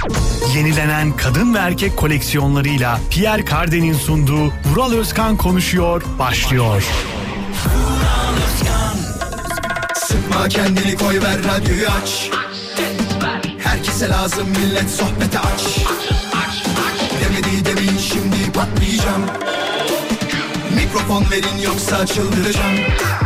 Yenilenen kadın ve erkek koleksiyonlarıyla Pierre Cardin'in sunduğu Vural Özkan konuşuyor başlıyor. Sıkma kendini, koy ver radyoyu aç. Herkese lazım millet, sohbete aç. Demedi demeyin, şimdi patlayacağım. Mikrofon verin yoksa çıldıracağım.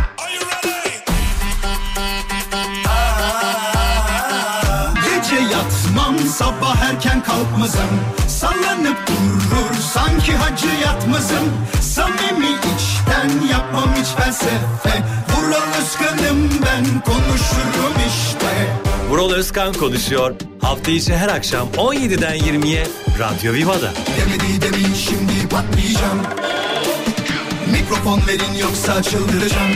Gece yatmam, sabah erken kalkmazım. Sallanıp durur sanki hacı yatmazım. Samimi içten yapmam hiç felsefe. Vural Özkan'ım ben, konuşurum işte. Vural Özkan konuşuyor. Hafta içi her akşam 17'den 20'ye Radyo Viva'da. Demedi demeyin, şimdi patlayacağım. Mikrofon verin yoksa çıldıracağım.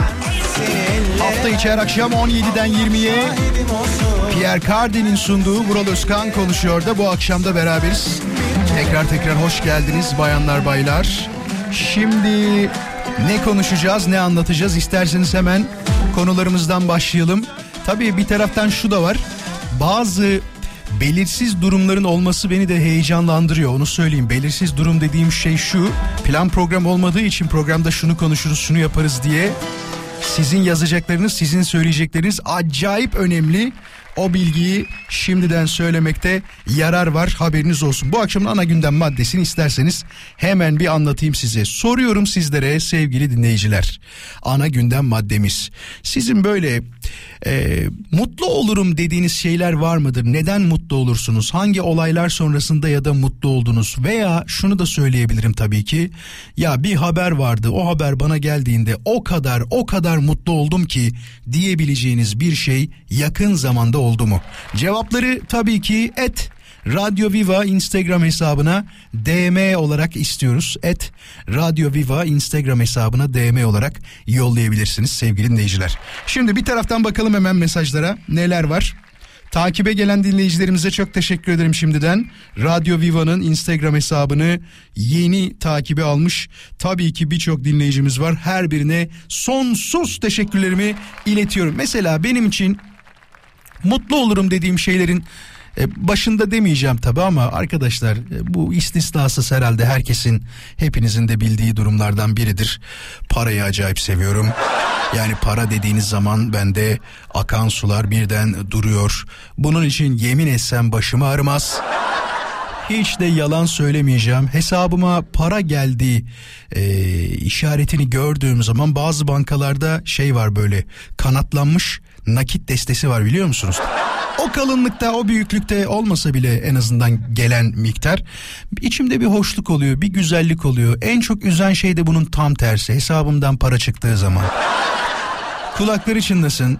Hafta içi her akşam 17'den 20'ye Pierre Cardin'in sunduğu Vural Özkan konuşuyor da bu akşam da beraberiz. Tekrar hoş geldiniz bayanlar baylar. Şimdi ne konuşacağız, ne anlatacağız? İsterseniz hemen konularımızdan başlayalım. Tabii bir taraftan şu da var. Bazı belirsiz durumların olması beni de heyecanlandırıyor, onu söyleyeyim. Belirsiz durum dediğim şey şu: plan program olmadığı için programda şunu konuşuruz, şunu yaparız diye sizin yazacaklarınız, sizin söyleyecekleriniz acayip önemli. O bilgiyi şimdiden söylemekte yarar var, haberiniz olsun. Bu akşamın ana gündem maddesini isterseniz hemen bir anlatayım size. Soruyorum sizlere sevgili dinleyiciler. Ana gündem maddemiz. Sizin böyle mutlu olurum dediğiniz şeyler var mıdır? Neden mutlu olursunuz? Hangi olaylar sonrasında ya da mutlu oldunuz? Veya şunu da söyleyebilirim tabii ki. Ya bir haber vardı, o haber bana geldiğinde o kadar mutlu oldum ki diyebileceğiniz bir şey yakın zamanda oldu mu? Cevapları tabii ki Radyo Viva Instagram hesabına DM olarak istiyoruz. Radyo Viva Instagram hesabına DM olarak yollayabilirsiniz sevgili dinleyiciler. Şimdi bir taraftan bakalım hemen mesajlara neler var. Takibe gelen dinleyicilerimize çok teşekkür ederim şimdiden. Radyo Viva'nın Instagram hesabını yeni takibe almış tabii ki birçok dinleyicimiz var. Her birine sonsuz teşekkürlerimi iletiyorum. Mesela benim için mutlu olurum dediğim şeylerin başında demeyeceğim tabii ama arkadaşlar, bu istisnasız herhalde hepinizin de bildiği durumlardan biridir. Parayı acayip seviyorum. Yani para dediğiniz zaman bende akan sular birden duruyor. Bunun için yemin etsem başım ağrımaz. Hiç de yalan söylemeyeceğim. Hesabıma para geldi işaretini gördüğüm zaman bazı bankalarda var, böyle kanatlanmış nakit destesi var, biliyor musunuz? O kalınlıkta, o büyüklükte olmasa bile en azından gelen miktar, içimde bir hoşluk oluyor, bir güzellik oluyor. En çok üzen şey de bunun tam tersi. Hesabımdan para çıktığı zaman. Kulakları çınlasın.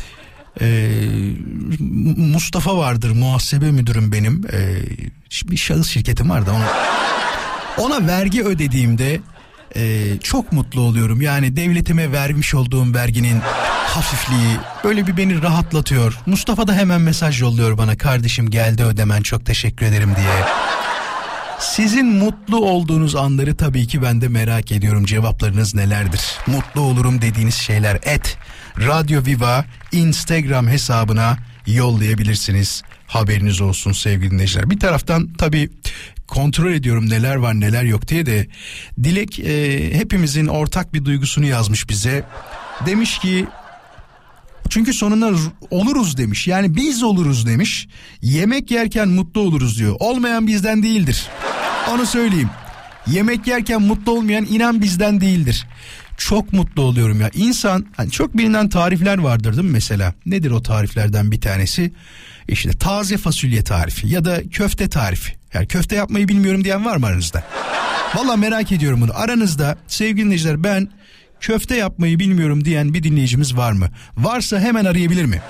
Mustafa vardır, muhasebe müdürüm benim. Bir şahıs şirketim vardı, ona vergi ödediğimde çok mutlu oluyorum. Yani devletime vermiş olduğum verginin hafifliği böyle bir beni rahatlatıyor. Mustafa da hemen mesaj yolluyor bana, kardeşim geldi ödemen, çok teşekkür ederim diye. Sizin mutlu olduğunuz anları tabii ki ben de merak ediyorum. Cevaplarınız nelerdir? Mutlu olurum dediğiniz şeyler Radyo Viva Instagram hesabına yollayabilirsiniz. Haberiniz olsun sevgili dinleyiciler. Bir taraftan tabii kontrol ediyorum neler var neler yok diye de Dilek hepimizin ortak bir duygusunu yazmış bize. Demiş ki, çünkü sonuna oluruz demiş. Yani biz oluruz demiş. Yemek yerken mutlu oluruz diyor. Olmayan bizden değildir. Onu söyleyeyim. Yemek yerken mutlu olmayan inan bizden değildir. Çok mutlu oluyorum ya. İnsan, hani çok bilinen tarifler vardır değil mi mesela? Nedir o tariflerden bir tanesi? İşte taze fasulye tarifi ya da köfte tarifi. Yani köfte yapmayı bilmiyorum diyen var mı aranızda? Vallahi merak ediyorum bunu. Aranızda sevgili dinleyiciler, ben köfte yapmayı bilmiyorum diyen bir dinleyicimiz var mı? Varsa hemen arayabilir mi?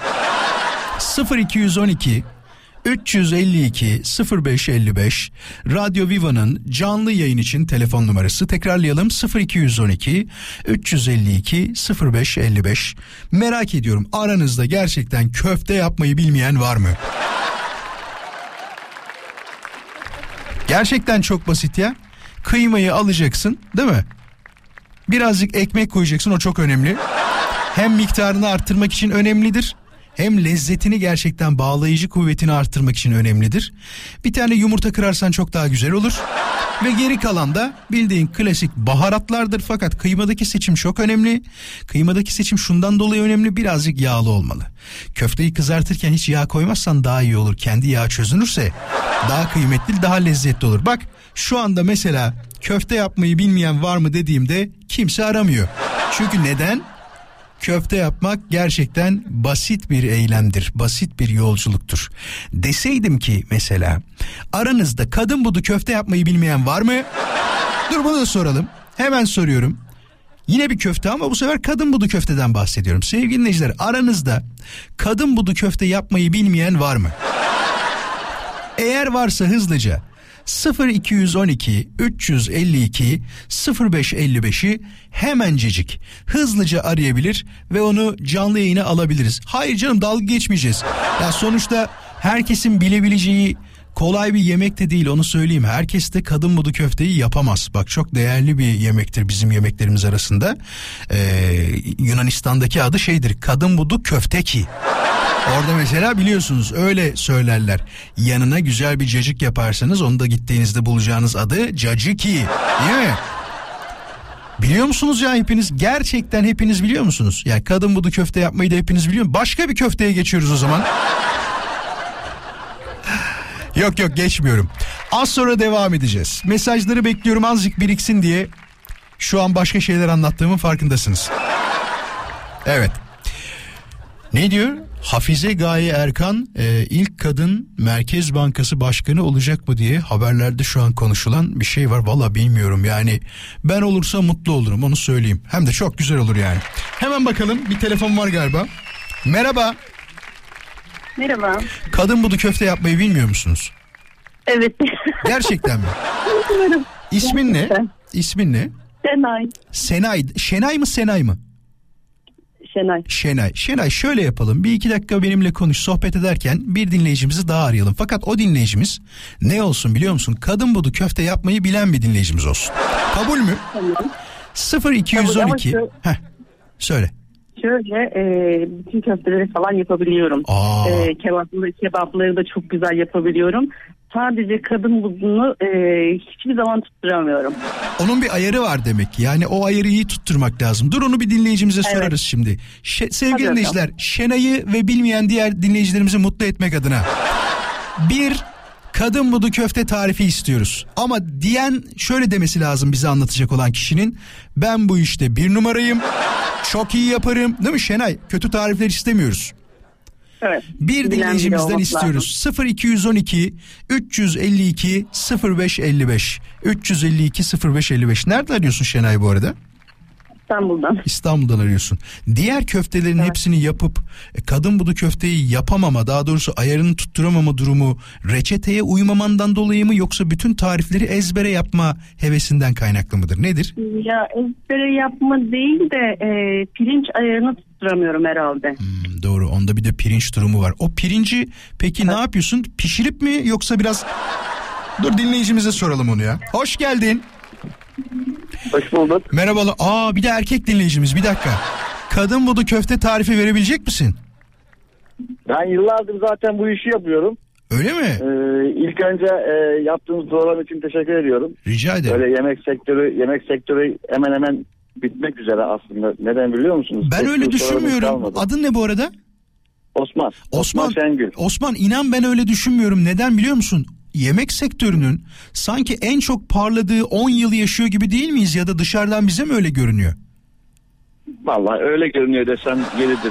0212 352 0555 Radyo Viva'nın canlı yayın için telefon numarası. Tekrarlayalım, 0212 352 0555. Merak ediyorum, aranızda gerçekten köfte yapmayı bilmeyen var mı? Gerçekten çok basit ya. Kıymayı alacaksın değil mi? Birazcık ekmek koyacaksın, o çok önemli. Hem miktarını arttırmak için önemlidir, hem lezzetini gerçekten bağlayıcı kuvvetini arttırmak için önemlidir. Bir tane yumurta kırarsan çok daha güzel olur. Ve geri kalan da bildiğin klasik baharatlardır. Fakat kıymadaki seçim çok önemli. Kıymadaki seçim şundan dolayı önemli, birazcık yağlı olmalı. Köfteyi kızartırken hiç yağ koymazsan daha iyi olur. Kendi yağ çözünürse daha kıymetli, daha lezzetli olur. Bak şu anda mesela köfte yapmayı bilmeyen var mı dediğimde kimse aramıyor. Çünkü neden? Köfte yapmak gerçekten basit bir eylemdir, basit bir yolculuktur. Deseydim ki mesela aranızda kadın budu köfte yapmayı bilmeyen var mı? Dur bunu da soralım. Hemen soruyorum. Yine bir köfte ama bu sefer kadın budu köfteden bahsediyorum. Sevgili dinleyiciler, aranızda kadın budu köfte yapmayı bilmeyen var mı? Eğer varsa hızlıca 0212 352 0555'i hemencecik hızlıca arayabilir ve onu canlı yayına alabiliriz. Hayır canım, dalga geçmeyeceğiz. Ya sonuçta herkesin bilebileceği kolay bir yemek de değil, onu söyleyeyim. Herkes de kadın budu köfteyi yapamaz. Bak çok değerli bir yemektir bizim yemeklerimiz arasında. Yunanistan'daki adı şeydir, kadın budu köfteki. Orada mesela biliyorsunuz öyle söylerler. Yanına güzel bir cacık yaparsanız onu da gittiğinizde bulacağınız adı caciki. Değil mi? Biliyor musunuz ya hepiniz? Gerçekten hepiniz biliyor musunuz? Yani kadın budu köfte yapmayı da hepiniz biliyor musunuz? Başka bir köfteye geçiyoruz o zaman. Yok geçmiyorum. Az sonra devam edeceğiz. Mesajları bekliyorum azıcık biriksin diye. Şu an başka şeyler anlattığımın farkındasınız. Evet. Ne diyor? Hafize Gaye Erkan ilk kadın Merkez Bankası Başkanı olacak mı diye haberlerde şu an konuşulan bir şey var. Valla bilmiyorum yani, ben olursa mutlu olurum, onu söyleyeyim. Hem de çok güzel olur yani. Hemen bakalım, bir telefon var galiba. Merhaba. Merhaba. Kadın budu köfte yapmayı bilmiyor musunuz? Evet. Gerçekten mi? İsmin ne? İsmin ne? Senay. Şenay mı Senay mı? Şenay şöyle yapalım, 1-2 dakika benimle konuş, sohbet ederken bir dinleyicimizi daha arayalım. Fakat o dinleyicimiz ne olsun biliyor musun? Kadın budu köfte yapmayı bilen bir dinleyicimiz olsun. Kabul mü? Tamam. 0212 söyle. Şöyle bütün köfteleri falan yapabiliyorum. Kebapları da çok güzel yapabiliyorum. Sadece kadın budunu hiçbir zaman tutturamıyorum. Onun bir ayarı var demek ki. Yani o ayarı iyi tutturmak lazım. Dur onu bir dinleyicimize sorarız şimdi. Sevgili dinleyiciler, Şenay'ı ve bilmeyen diğer dinleyicilerimizi mutlu etmek adına bir kadın budu köfte tarifi istiyoruz. Ama diyen şöyle demesi lazım, bize anlatacak olan kişinin: ben bu işte 1 numarayım, çok iyi yaparım. Değil mi Şenay? Kötü tarifler istemiyoruz. Evet. Bir dinleyicimizden istiyoruz. 0212 352 0555 352 0555. Nerede arıyorsun Şenay bu arada? İstanbul'dan arıyorsun. Diğer köftelerin hepsini yapıp kadın budu köfteyi yapamama, daha doğrusu ayarını tutturamama durumu reçeteye uymamandan dolayı mı, yoksa bütün tarifleri ezbere yapma hevesinden kaynaklı mıdır? Nedir? Ya ezbere yapma değil de pirinç ayarını tutturamıyorum herhalde. Doğru, onda bir de pirinç durumu var. O pirinci peki ne yapıyorsun? Pişirip mi, yoksa biraz... Dur dinleyicimize soralım onu ya. Hoş geldin. Hoş bulduk. Merhabalar. Bir de erkek dinleyicimiz, bir dakika. Kadın budu köfte tarifi verebilecek misin? Ben yıllardır zaten bu işi yapıyorum. Öyle mi? İlk önce yaptığınız program için teşekkür ediyorum. Rica ederim. Böyle yemek sektörü hemen hemen bitmek üzere aslında. Neden biliyor musunuz? Ben öyle düşünmüyorum. Adın ne bu arada? Osman Şengül. Osman, inan ben öyle düşünmüyorum. Neden biliyor musun? Yemek sektörünün sanki en çok parladığı 10 yıl yaşıyor gibi değil miyiz, ya da dışarıdan bize mi öyle görünüyor? Vallahi öyle görünüyor desem yeridir.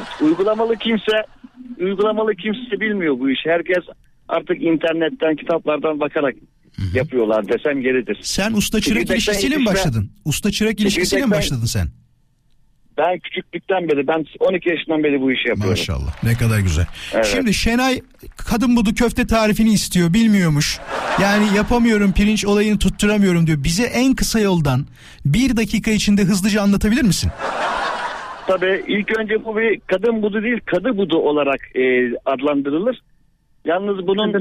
Uygulamalı kimse bilmiyor bu işi. Herkes artık internetten, kitaplardan bakarak yapıyorlar desem yeridir. Sen usta çırak ilişkisiyle mi başladın? Usta çırak ilişkisiyle mi başladın sen? Ben küçüklükten beri, ben 12 yaşından beri bu işi yapıyorum. Maşallah, ne kadar güzel. Evet. Şimdi Şenay kadın budu köfte tarifini istiyor, bilmiyormuş. Yani yapamıyorum, pirinç olayını tutturamıyorum diyor. Bize en kısa yoldan 1 dakika içinde hızlıca anlatabilir misin? Tabii ilk önce bu bir kadın budu değil, kadı budu olarak adlandırılır. Yalnız bunun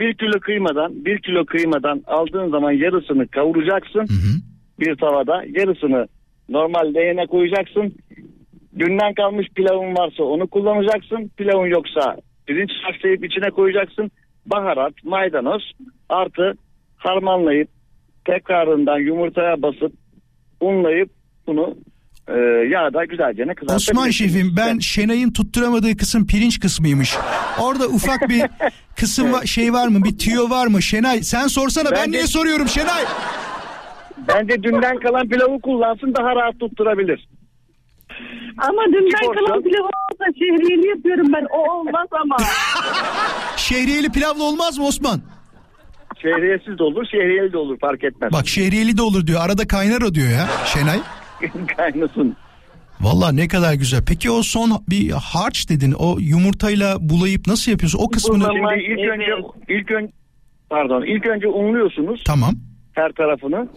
1 kilo kıymadan aldığın zaman yarısını kavuracaksın bir tavada, yarısını normal leğene koyacaksın. Dünden kalmış pilavın varsa onu kullanacaksın. Pilavın yoksa pirinç haşlayıp içine koyacaksın. Baharat, maydanoz artı harmanlayıp tekrarından yumurtaya basıp unlayıp bunu yağda güzelce kızartabilirsin. Osman şefim, ben Şenay'ın tutturamadığı kısım pirinç kısmıymış. Orada ufak bir kısım şey var mı? Bir tüyo var mı? Şenay sen sorsana, ben niye soruyorum Şenay? Bence dünden kalan pilavı kullansın, daha rahat tutturabilir. Ama dünden kalan pilav olsa şehriyeli yapıyorum ben. O olmaz ama. Şehriyeli pilavla olmaz mı Osman? Şehriyesiz de olur, şehriyeli de olur, fark etmez. Bak şehriyeli de olur diyor. Arada kaynar o diyor ya Şenay. Kaynasın. Vallahi ne kadar güzel. Peki o son bir harç dedin. O yumurtayla bulayıp nasıl yapıyorsun? O kısmını... Şimdi ilk önce unluyorsunuz. Tamam. Her tarafını.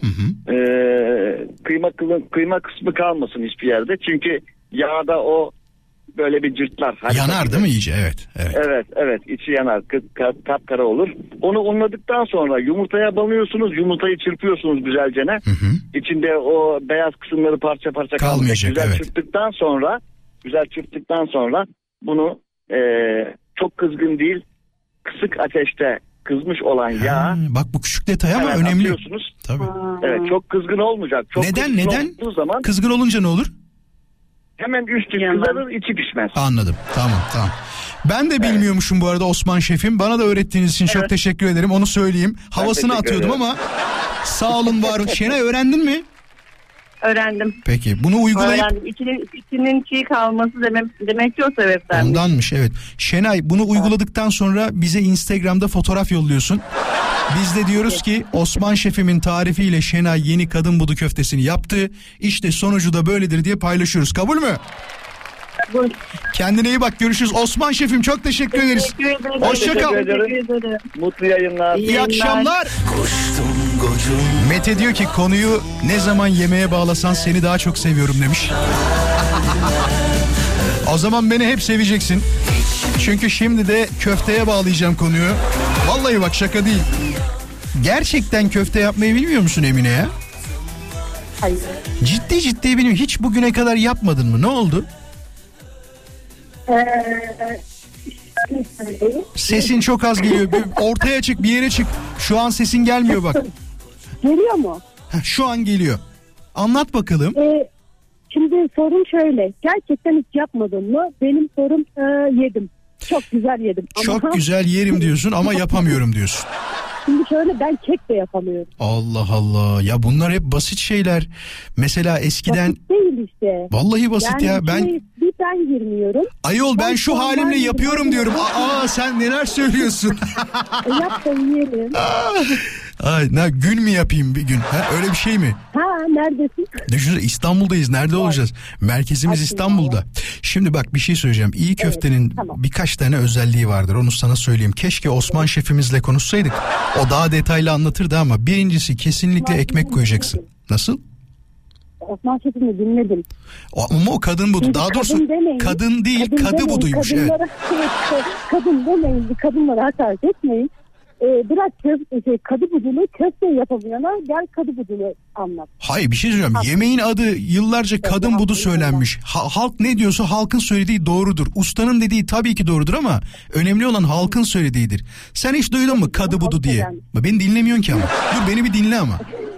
Kıyma kısmı kalmasın hiçbir yerde. Çünkü yağda o böyle bir cırtlar. Yanar değil mi iyice? Evet. İçi yanar. Kapkara olur. Onu unladıktan sonra yumurtaya banıyorsunuz. Yumurtayı çırpıyorsunuz güzelce. İçinde o beyaz kısımları parça parça kalmayacak. Güzel çırptıktan sonra bunu çok kızgın değil, kısık ateşte kızmış olan yağ. Bak bu küçük detay ama önemli. Atıyorsunuz. Tabii. Evet, çok kızgın olmayacak. Çok Neden? Olduğu zaman kızgın olunca ne olur? hemen üstü kızarır, içi pişmez. Anladım. Tamam. Ben de bilmiyormuşum bu arada Osman şefim. Bana da öğrettiğiniz için çok teşekkür ederim. Onu söyleyeyim. Havasını atıyordum ama sağ olun, var olun. Şenay öğrendin mi? Öğrendim. Peki bunu uygulayıp... Öğrendim. İçinin çiğ kalması demek ki o sebepten. Ondanmış, evet. Şenay bunu uyguladıktan sonra bize Instagram'da fotoğraf yolluyorsun. Biz de diyoruz ki Osman şefimin tarifiyle Şenay yeni kadın budu köftesini yaptı. İşte sonucu da böyledir diye paylaşıyoruz. Kabul mü? Kabul. Kendine iyi bak, görüşürüz. Osman şefim çok teşekkür ederiz. Hoşça kal. Mutlu yayınlar. İyi akşamlar. Mete diyor ki konuyu ne zaman yemeğe bağlasan seni daha çok seviyorum demiş. O zaman beni hep seveceksin. Çünkü şimdi de köfteye bağlayacağım konuyu. Vallahi bak, şaka değil. Gerçekten köfte yapmayı bilmiyor musun Emine ya? Hayır. Ciddi bilmiyorum. Hiç bugüne kadar yapmadın mı? Ne oldu? Sesin çok az geliyor. Bir ortaya çık, bir yere çık. Şu an sesin gelmiyor bak. Geliyor mu? Şu an geliyor. Anlat bakalım. Şimdi sorum şöyle. Gerçekten hiç yapmadın mı? Benim sorum yedim. Çok güzel yedim. Çok güzel yerim diyorsun ama yapamıyorum diyorsun. Şimdi şöyle, ben kek de yapamıyorum. Allah Allah. Ya bunlar hep basit şeyler. Mesela eskiden... Basit değil işte. Vallahi basit yani ya. Ben girmiyorum. Ayol ben şu halimle yapıyorum diyorum. Sen neler söylüyorsun? Yap da yiyelim. Gün mü yapayım bir gün? Öyle bir şey mi? Neredesin? Düşünsene, İstanbul'dayız. Nerede olacağız? Merkezimiz İstanbul'da. Şimdi bak, bir şey söyleyeceğim. İyi köftenin birkaç tane özelliği vardır. Onu sana söyleyeyim. Keşke Osman şefimizle konuşsaydık. O daha detaylı anlatırdı ama birincisi kesinlikle ekmek koyacaksın. Nasıl? Osman şefimi dinledim. Ama o kadın budu. Daha doğrusu kadın değil, kadı buduymuş. Evet. Kadın demeyin, kadınlara hakaret etmeyin. Biraz kadı budunu köfte yapamayana gel kadı budunu anlat. Hayır, bir şey söyleyeceğim. Yemeğin adı yıllarca kadın budu söylenmiş. Halk ne diyorsa halkın söylediği doğrudur. Ustanın dediği tabii ki doğrudur ama önemli olan halkın söylediğidir. Sen hiç duydun mu kadı budu diye? Beni dinlemiyorsun ki ama. Dur, beni bir dinle ama.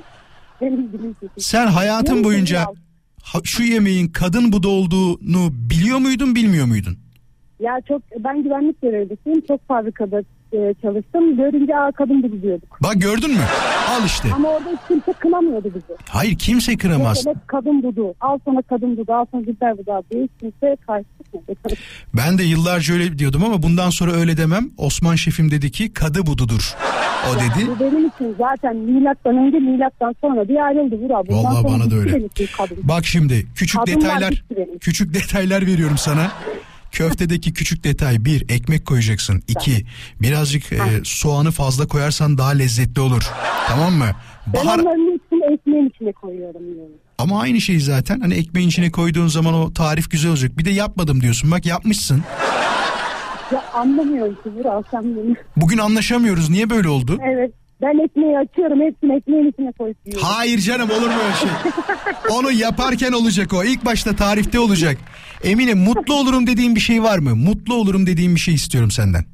Sen hayatın boyunca şu yemeğin kadın budu olduğunu biliyor muydun, bilmiyor muydun? Ya ben güvenlik görevlisiyim. Çok fabrikada çalıştım. Görünce kadın budu diyorduk. Bak gördün mü? Al işte. Ama orada hiç kimse kınamıyordu bizi. Hayır, kimse kıramaz. Evet, kadın budu. Al sana kadın budu. Al sana biber budu. Hiç kimse karşı çıkmadı. Ben de yıllarca öyle diyordum ama bundan sonra öyle demem. Osman şefim dedi ki kadı bududur. O dedi. Bu benim için zaten milattan önce milattan sonra bir ayrıldı Vural. Vallahi bana da öyle. Bak şimdi küçük detaylar veriyorum sana. Köftedeki küçük detay: 1. Ekmek koyacaksın. 2. Birazcık soğanı fazla koyarsan daha lezzetli olur. Tamam mı? Ben onların içine, ekmeğin içine koyuyorum. Ama aynı şey zaten. Hani ekmeğin içine koyduğun zaman o tarif güzel olacak. Bir de yapmadım diyorsun. Bak yapmışsın. Ya anlamıyorum ki Vural, sen beni. Bugün anlaşamıyoruz. Niye böyle oldu? Evet. Ben ekmeği açıyorum, hepsini ekmeğin içine koyup yiyorum. Hayır canım, olur mu öyle şey? Onu yaparken olacak o. İlk başta tarifte olacak. Emine, mutlu olurum dediğin bir şey var mı? Mutlu olurum dediğin bir şey istiyorum senden.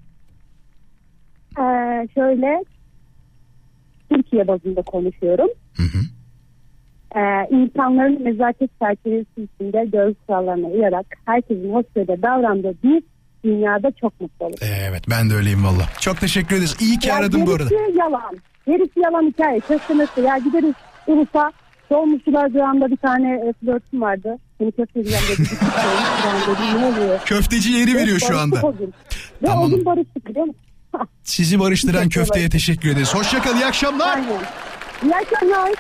Şöyle, Türkiye bazında konuşuyorum. Hı hı. İnsanların nezaket çerçevesi içinde göz kurallarına uyarak herkesin hoşgörüde davrandığı bir dünyada çok mutlu olur. Evet, ben de öyleyim valla. Çok teşekkür ederiz. İyi ki aradın bu arada. Gerisi yalan hikaye. Köfte ya, gideriz Ulus'a. Dolmuşçular durağında bir tane flörtüm vardı. Seni köfte yiyeceğim dedi. Ne oluyor? Köfteci yeri veriyor şu anda. Ve tamam. o gün barıştık, biliyor musun? Sizi barıştıran köfteye teşekkür ederiz. Hoşçakal, iyi akşamlar. Aynen. İyi akşamlar.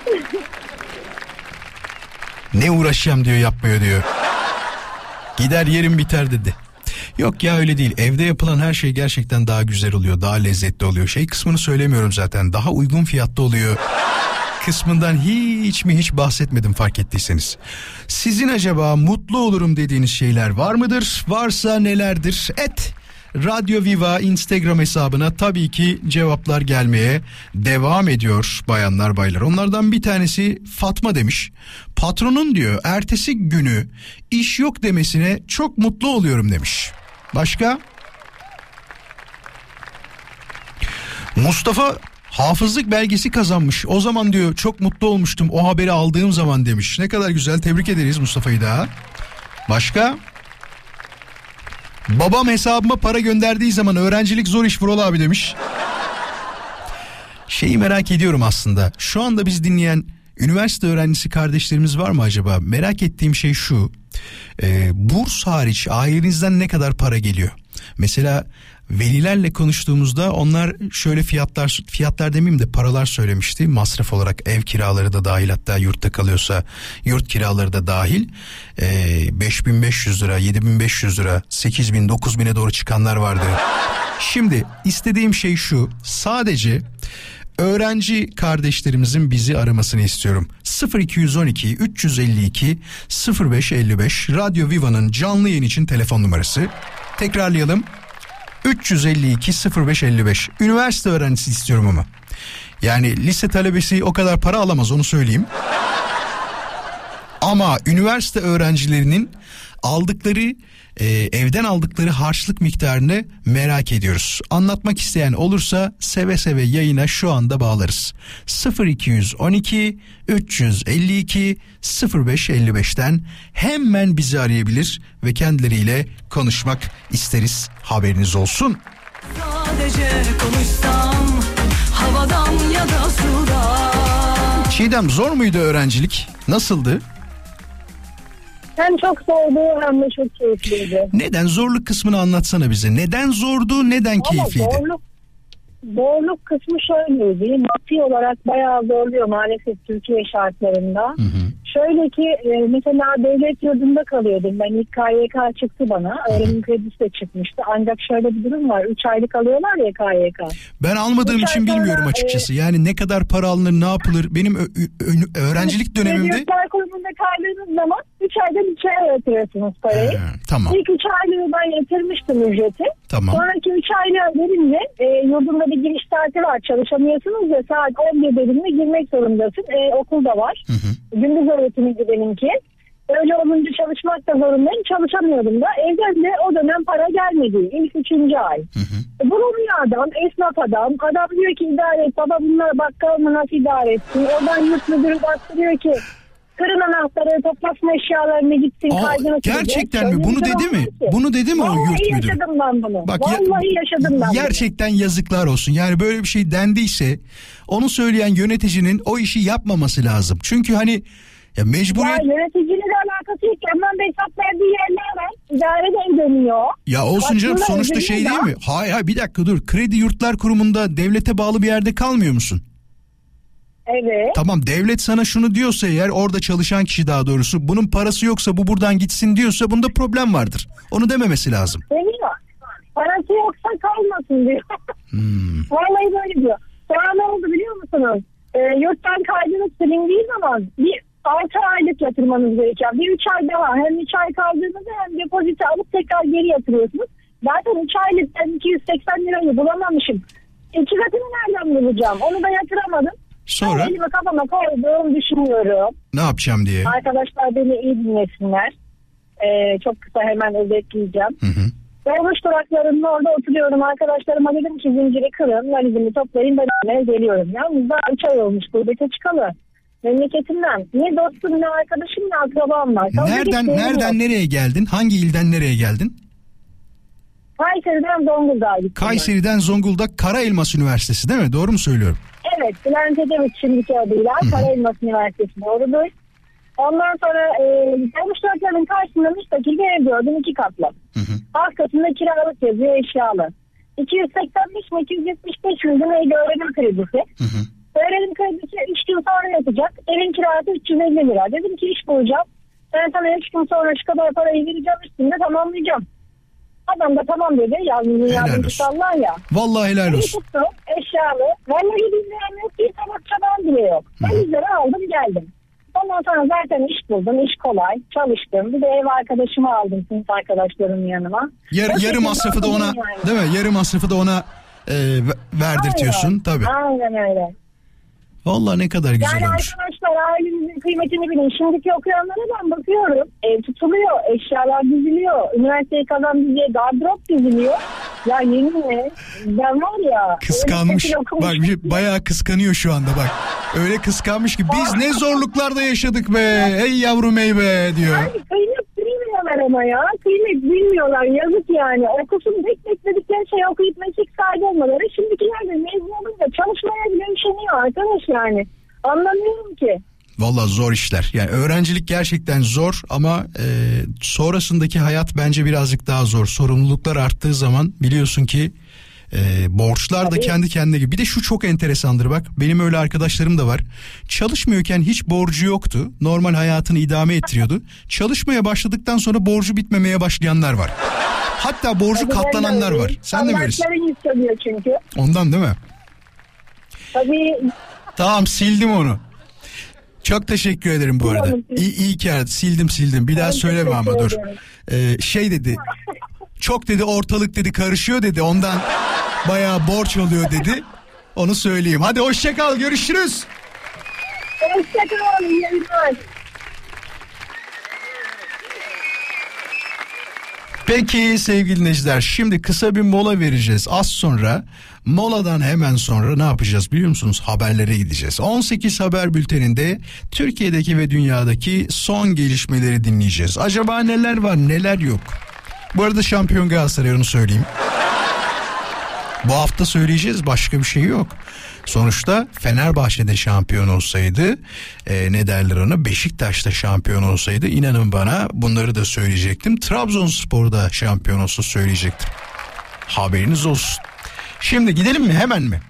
Ne uğraşacağım diyor, yapmıyor diyor. Gider yerim biter dedi. Yok ya, öyle değil. Evde yapılan her şey gerçekten daha güzel oluyor. Daha lezzetli oluyor. Şey kısmını söylemiyorum zaten. Daha uygun fiyatlı oluyor. Kısmından hiç bahsetmedim, fark ettiyseniz. Sizin acaba mutlu olurum dediğiniz şeyler var mıdır? Varsa nelerdir? Radyo Viva Instagram hesabına tabii ki cevaplar gelmeye devam ediyor bayanlar baylar. Onlardan bir tanesi Fatma demiş. Patronun diyor ertesi günü iş yok demesine çok mutlu oluyorum demiş. Başka? Mustafa hafızlık belgesi kazanmış. O zaman diyor çok mutlu olmuştum o haberi aldığım zaman demiş. Ne kadar güzel, tebrik ederiz Mustafa'yı daha. Başka? Babam hesabıma para gönderdiği zaman öğrencilik zor iş Vural abi demiş. Şeyi merak ediyorum aslında. Şu anda biz dinleyen üniversite öğrencisi kardeşlerimiz var mı acaba? Merak ettiğim şey şu. Burs hariç ailenizden ne kadar para geliyor? Mesela velilerle konuştuğumuzda onlar şöyle fiyatlar demeyeyim de paralar söylemişti. Masraf olarak ev kiraları da dahil, hatta yurtta kalıyorsa yurt kiraları da dahil. 5.500 lira, 7.500 lira, 8.000, 9.000'e doğru çıkanlar vardı. Şimdi istediğim şey şu: sadece öğrenci kardeşlerimizin bizi aramasını istiyorum. 0212 352 0555 Radyo Viva'nın canlı yayın için telefon numarası. Tekrarlayalım. 352 0555. Üniversite öğrencisi istiyorum ama. Yani lise talebesi o kadar para alamaz, onu söyleyeyim. Ama üniversite öğrencilerinin aldıkları evden aldıkları harçlık miktarını merak ediyoruz. Anlatmak isteyen olursa seve seve yayına şu anda bağlarız. 0212 352 0555'ten hemen bizi arayabilir ve kendileriyle konuşmak isteriz, haberiniz olsun. Sadece konuşsam havadan ya da sudan. Çiğdem, zor muydu öğrencilik? Nasıldı? Hem çok zordu hem de çok keyifliydi. Neden? Zorluk kısmını anlatsana bize. Neden zordu, neden keyifliydi? Zorluk kısmı şöyleydi. Maddi olarak bayağı zorluyor maalesef Türkiye şartlarında. Hı hı. Şöyle ki mesela devlet yurdunda kalıyordum. Ben ilk KYK çıktı bana. Öğrenim kredisi de çıkmıştı. Ancak şöyle bir durum var. 3 aylık alıyorlar ya KYK. Ben almadığım için bilmiyorum açıkçası. Yani ne kadar para alınır, ne yapılır? Benim öğrencilik dönemimde... Devletler kurumunda kaldığınız zaman 3 aydan 3 aya yatırıyorsunuz parayı. Tamam. İlk 3 aylığı ben yatırmıştım ücreti. Tamam. Sonraki 3 aylığı verince yurdunda bir giriş saati var. Çalışamıyorsunuz ya, saat 11 bölümde girmek zorundasın. Okul da var. Hı hı. Gündüz öğretimiydi benimki. Öyle olunca çalışmak da zorundayım. Çalışamıyordum da. Evden de o dönem para gelmedi. İlk 3. ay. Bulunmuyor adam, esnaf adam. Adam diyor ki idare et. Baba bunlar bakkal mı, nasıl idare etsin? Oradan yurt müdürü baktırıyor ki kırın anahtarı, toplasın eşyalarını, gitsin kaydını. Gerçekten mi? Bunu dedi mi? Bunu dedi mi o yurt müdürü? Vallahi yaşadım ben bunu. Bak, vallahi yaşadım ben gerçekten bunu. Yazıklar olsun. Yani böyle bir şey dendiyse onu söyleyen yöneticinin o işi yapmaması lazım. Çünkü hani ya mecburiyet... Ya yöneticiyle alakası yok. Hemen hesap verdiği yerler var. İdare de ödemiyor. Ya olsun canım, sonuçta şey değil mi? Hayır bir dakika dur. Kredi Yurtlar Kurumu'nda devlete bağlı bir yerde kalmıyor musun? Evet. Tamam, devlet sana şunu diyorsa eğer, orada çalışan kişi daha doğrusu, bunun parası yoksa bu buradan gitsin diyorsa bunda problem vardır. Onu dememesi lazım. Demiyor. Parası yoksa kalmasın diyor. Vallahi böyle diyor. Sonra ne oldu biliyor musunuz? Yurttan kaydınız silindiği zaman bir 6 aylık yatırmanız gerekiyor. Bir 3 ay daha, hem 3 ay kaldığınızda hem depozito alıp tekrar geri yatırıyorsunuz. Zaten 3 aylık ben 280 lirayı bulamamışım. İki katını nereden bulacağım? Onu da yatıramadım. Sonra? Elimi kafama koyduğum düşünüyorum. Ne yapacağım diye. Arkadaşlar beni iyi dinlesinler. Çok kısa hemen özetleyeceğim. Dolmuş duraklarının orada oturuyorum. Arkadaşlarıma dedim ki zinciri kırın, valizimi toplayın, ben oraya geliyorum. Yalnız daha 3 ay olmuş gurbete çıkalı. Memleketimden. Ne dostum, ne arkadaşım, ne akrabam var. Nereden nereye geldin? Hangi ilden nereye geldin? Kayseri'den Zonguldak'a gittim. Kayseri'den Zonguldak Karaelmas Üniversitesi değil mi? Doğru mu söylüyorum? Evet. Bülent Ecevit şimdiki adıyla Karaelmas Üniversitesi, doğrudur. Ondan sonra dolmuş duraklarının karşısında müstakil bir ev gördüm, 2 katlı. Alt katında kiralık yazıyor, eşyalı. 285 mi 275 milyon neydi öğrenim kredisi. Öğrenim kredisi 3 gün sonra yatacak. Evin kirası 350 lira. Dedim ki iş bulacağım. Ben sana 3 gün sonra şu kadar parayı vereceğim, üstünde tamamlayacağım. Adam da tamam dedi. Yardımcısı Allah ya. Vallahi helal olsun. Tuttum, eşyalı. Vallahi bilmiyorum, yok. Bir tabak çabağım bile yok. Valizleri aldım geldim. Ondan sonra zaten iş buldum. İş kolay. Çalıştım. Bir de ev arkadaşımı aldım. Sınıf arkadaşlarımın yanıma. Yarı masrafı da ona yani. Değil mi? Yarı masrafı da ona verdirtiyorsun. Aynen. Tabii. Aynen öyle. Vallahi ne kadar güzel yani olmuş. Arkadaşlar ailenizin kıymetini bilin. Şimdiki okuyanlara ben bakıyorum. Ev tutuluyor. Eşyalar diziliyor. Üniversiteyi kazan diye gardırop diziliyor. Ya yeminle ben var ya. Kıskanmış. Bak bayağı kıskanıyor şu anda bak. Öyle kıskanmış ki biz ne zorluklarda yaşadık be. Hey yavrum ey be diyor. Yani kıymet bilmiyorlar ama ya. Kıymet bilmiyorlar. Yazık yani. Okusun tek bekledikleri şey okuyup meslek sahibi olmaları. Şimdikiler de mezun olunca çalışmaya bile üşeniyor arkadaş yani. Anlamıyorum ki. Vallahi zor işler. Yani öğrencilik gerçekten zor ama sonrasındaki hayat bence birazcık daha zor. Sorumluluklar arttığı zaman biliyorsun ki borçlar da kendi kendine gibi. Bir de şu çok enteresandır bak. Benim öyle arkadaşlarım da var. Çalışmıyorken hiç borcu yoktu. Normal hayatını idame ettiriyordu. Çalışmaya başladıktan sonra borcu bitmemeye başlayanlar var. Hatta borcu katlananlar var. Sen de mi öylesin? Çünkü. Ondan değil mi? Tabii. Tamam sildim onu. Çok teşekkür ederim bu arada. İyi ki aradı. Sildim. Bir daha söyleme ama dur. Şey dedi. Çok dedi ortalık dedi karışıyor dedi. Ondan bayağı borç oluyor dedi. Onu söyleyeyim. Hadi hoşça kal, görüşürüz. Hoşça kal. İyi yayınlar. Peki sevgili dinleyiciler, şimdi kısa bir mola vereceğiz. Az sonra, moladan hemen sonra ne yapacağız biliyor musunuz? Haberlere gideceğiz. 18 haber bülteninde Türkiye'deki ve dünyadaki son gelişmeleri dinleyeceğiz. Acaba neler var neler yok? Bu arada şampiyon Galatasaray, onu söyleyeyim. Bu hafta söyleyeceğiz, başka bir şey yok. Sonuçta Fenerbahçe'de şampiyon olsaydı, ne derler ona, Beşiktaş'ta şampiyon olsaydı, inanın bana bunları da söyleyecektim. Trabzonspor'da şampiyon olsa söyleyecektim. Haberiniz olsun. Şimdi gidelim mi, hemen mi?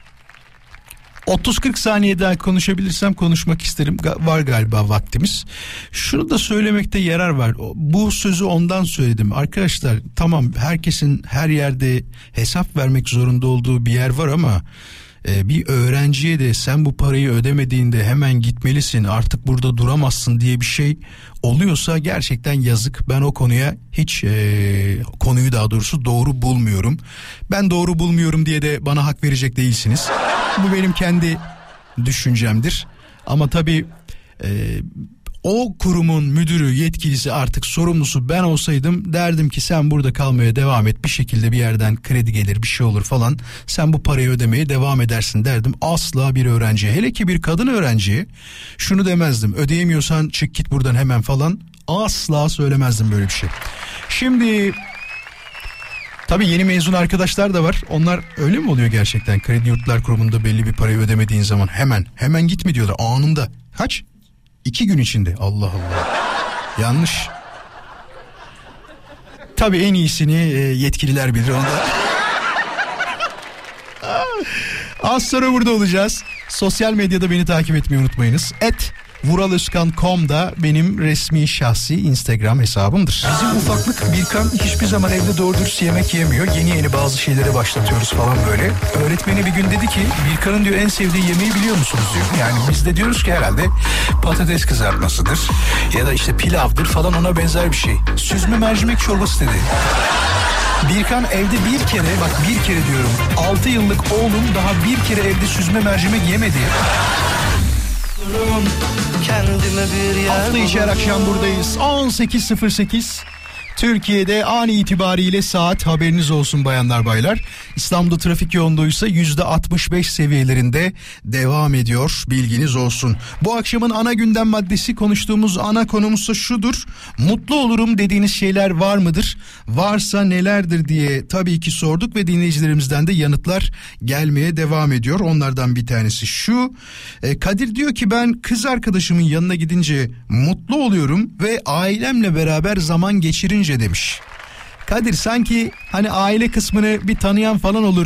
30-40 saniye daha konuşabilirsem konuşmak isterim. Var galiba vaktimiz. Şunu da söylemekte yarar var. Bu sözü ondan söyledim. Arkadaşlar tamam, herkesin her yerde hesap vermek zorunda olduğu bir yer var ama bir öğrenciye de sen bu parayı ödemediğinde hemen gitmelisin, artık burada duramazsın diye bir şey oluyorsa gerçekten yazık. Ben o konuya hiç konuyu daha doğrusu doğru bulmuyorum. Ben doğru bulmuyorum diye de bana hak verecek değilsiniz. Bu benim kendi düşüncemdir. Ama tabii o kurumun müdürü, yetkilisi, artık sorumlusu ben olsaydım derdim ki sen burada kalmaya devam et, bir şekilde bir yerden kredi gelir, bir şey olur falan, sen bu parayı ödemeye devam edersin derdim. Asla bir öğrenciye, hele ki bir kadın öğrenciye şunu demezdim: ödeyemiyorsan çık git buradan hemen falan, asla söylemezdim böyle bir şey. Şimdi tabii yeni mezun arkadaşlar da var. Onlar öyle mi oluyor gerçekten? Kredi Yurtlar Kurumu'nda belli bir parayı ödemediğin zaman hemen gitme diyorlar anında. Kaç? 2 gün içinde. Allah Allah. Yanlış. Tabii en iyisini yetkililer bilir onu da. Az sonra burada olacağız. Sosyal medyada beni takip etmeyi unutmayınız. vuraloskan.com'da benim resmi şahsi Instagram hesabımdır. Bizim ufaklık Birkan hiçbir zaman evde doğru dürüst yemek yemiyor. Yeni bazı şeylere başlatıyoruz falan böyle. Öğretmeni bir gün dedi ki Birkan'ın diyor en sevdiği yemeği biliyor musunuz diyor. Yani biz de diyoruz ki herhalde patates kızartmasıdır ya da işte pilavdır falan, ona benzer bir şey. Süzme mercimek çorbası dedi. Birkan evde bir kere diyorum 6 yıllık oğlum daha bir kere evde süzme mercimek yemedi. Hafta içi her akşam buradayız. 18.08 Türkiye'de an itibariyle saat, haberiniz olsun bayanlar baylar. İstanbul'da trafik yoğunluğuysa %65 seviyelerinde devam ediyor, bilginiz olsun. Bu akşamın ana gündem maddesi, konuştuğumuz ana konumuzsa şudur: mutlu olurum dediğiniz şeyler var mıdır? Varsa nelerdir diye tabii ki sorduk ve dinleyicilerimizden de yanıtlar gelmeye devam ediyor. Onlardan bir tanesi şu: Kadir diyor ki ben kız arkadaşımın yanına gidince mutlu oluyorum ve ailemle beraber zaman geçirince demiş. Kadir, sanki hani aile kısmını bir tanıyan falan olur.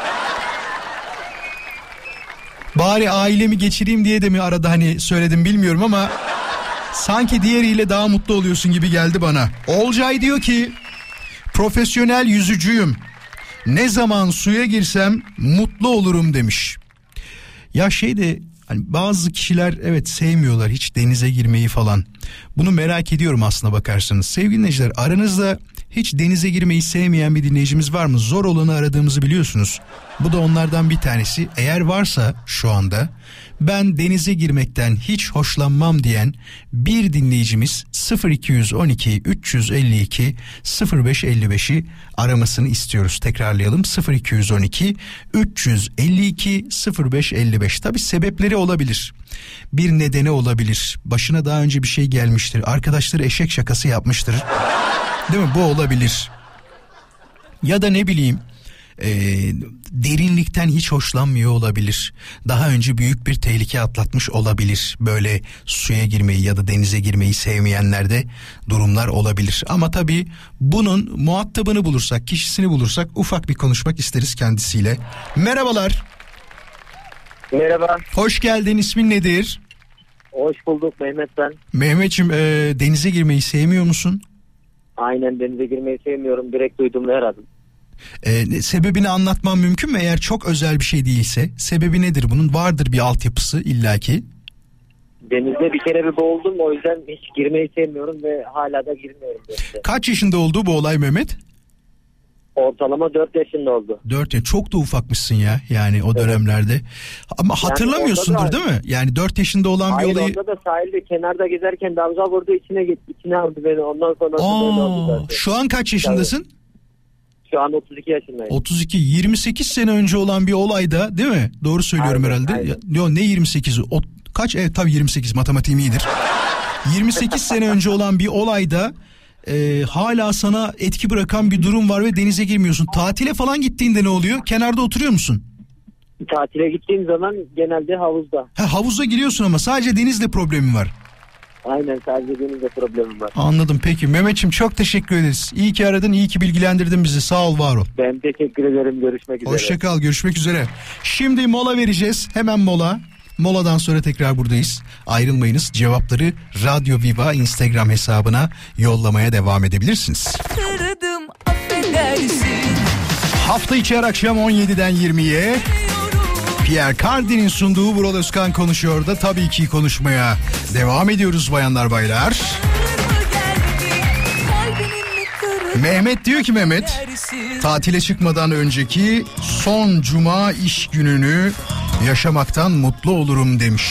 Bari ailemi geçireyim diye de mi arada hani söyledim bilmiyorum ama sanki diğeriyle daha mutlu oluyorsun gibi geldi bana. Olcay diyor ki profesyonel yüzücüyüm. Ne zaman suya girsem mutlu olurum demiş. Ya hani bazı kişiler evet sevmiyorlar hiç denize girmeyi falan. Bunu merak ediyorum aslına bakarsanız. Sevgili dinleyiciler, aranızda hiç denize girmeyi sevmeyen bir dinleyicimiz var mı? Zor olanı aradığımızı biliyorsunuz. Bu da onlardan bir tanesi. Eğer varsa şu anda ben denize girmekten hiç hoşlanmam diyen bir dinleyicimiz 0212 352 0555'i aramasını istiyoruz. Tekrarlayalım: 0212 352 0555. Tabii sebepleri olabilir. Bir nedeni olabilir. Başına daha önce bir şey gelmiştir. Arkadaşları eşek şakası yapmıştır. Değil mi? Bu olabilir. Ya da ne bileyim, derinlikten hiç hoşlanmıyor olabilir. Daha önce büyük bir tehlike atlatmış olabilir. Böyle suya girmeyi ya da denize girmeyi sevmeyenlerde durumlar olabilir. Ama tabii bunun muhatabını bulursak, kişisini bulursak ufak bir konuşmak isteriz kendisiyle. Merhabalar. Merhaba. Hoş geldin. İsmin nedir? Hoş bulduk, Mehmet ben. Mehmetciğim, denize girmeyi sevmiyor musun? Aynen, denize girmeyi sevmiyorum. Direkt duyduğumda aradım. Sebebini anlatmam mümkün mü? Eğer çok özel bir şey değilse sebebi nedir bunun? Vardır bir altyapısı illaki. Denizde bir kere bir boğuldum, o yüzden hiç girmeyi sevmiyorum ve hala da girmiyorum. Denize. Kaç yaşında oldu bu olay Mehmet? Ortalama 4 yaşında oldu. 4 yaş, çok da ufakmışsın ya yani o dönemlerde. Ama yani hatırlamıyorsundur değil mi? Yani 4 yaşında olan bir olayı. Hayır, orada da sahilde kenarda gezerken dalga vurdu, içine aldı beni, ondan sonra oldu. Şu an kaç yaşındasın? Şu an 32 yaşındayım. 32, 28 sene önce olan bir olayda değil mi? Doğru söylüyorum aynen, herhalde. Aynen. Yok, ne 28'i? Kaç? Evet tabii 28, matematiğim iyidir. 28 sene önce olan bir olayda hala sana etki bırakan bir durum var ve denize girmiyorsun. Tatile falan gittiğinde ne oluyor? Kenarda oturuyor musun? Tatile gittiğim zaman genelde havuzda. Havuzda giriyorsun ama sadece denizle problemin var. Aynen, sadece denizle problemim var. Anladım, peki. Mehmetciğim çok teşekkür ederiz. İyi ki aradın, iyi ki bilgilendirdin bizi. Sağ ol, var ol. Ben teşekkür ederim, görüşmek üzere. Hoşça kal, görüşmek üzere. Şimdi mola vereceğiz, hemen mola. Moladan sonra tekrar buradayız. Ayrılmayınız. Cevapları Radyo Viva Instagram hesabına yollamaya devam edebilirsiniz. Kırdım, affedersin. Hafta içi her akşam 17'den 20'ye Pierre Cardin'in sunduğu Vural Özkan konuşuyor da tabii ki konuşmaya devam ediyoruz bayanlar baylar. Mehmet diyor ki tatile çıkmadan önceki son cuma iş gününü yaşamaktan mutlu olurum demiş.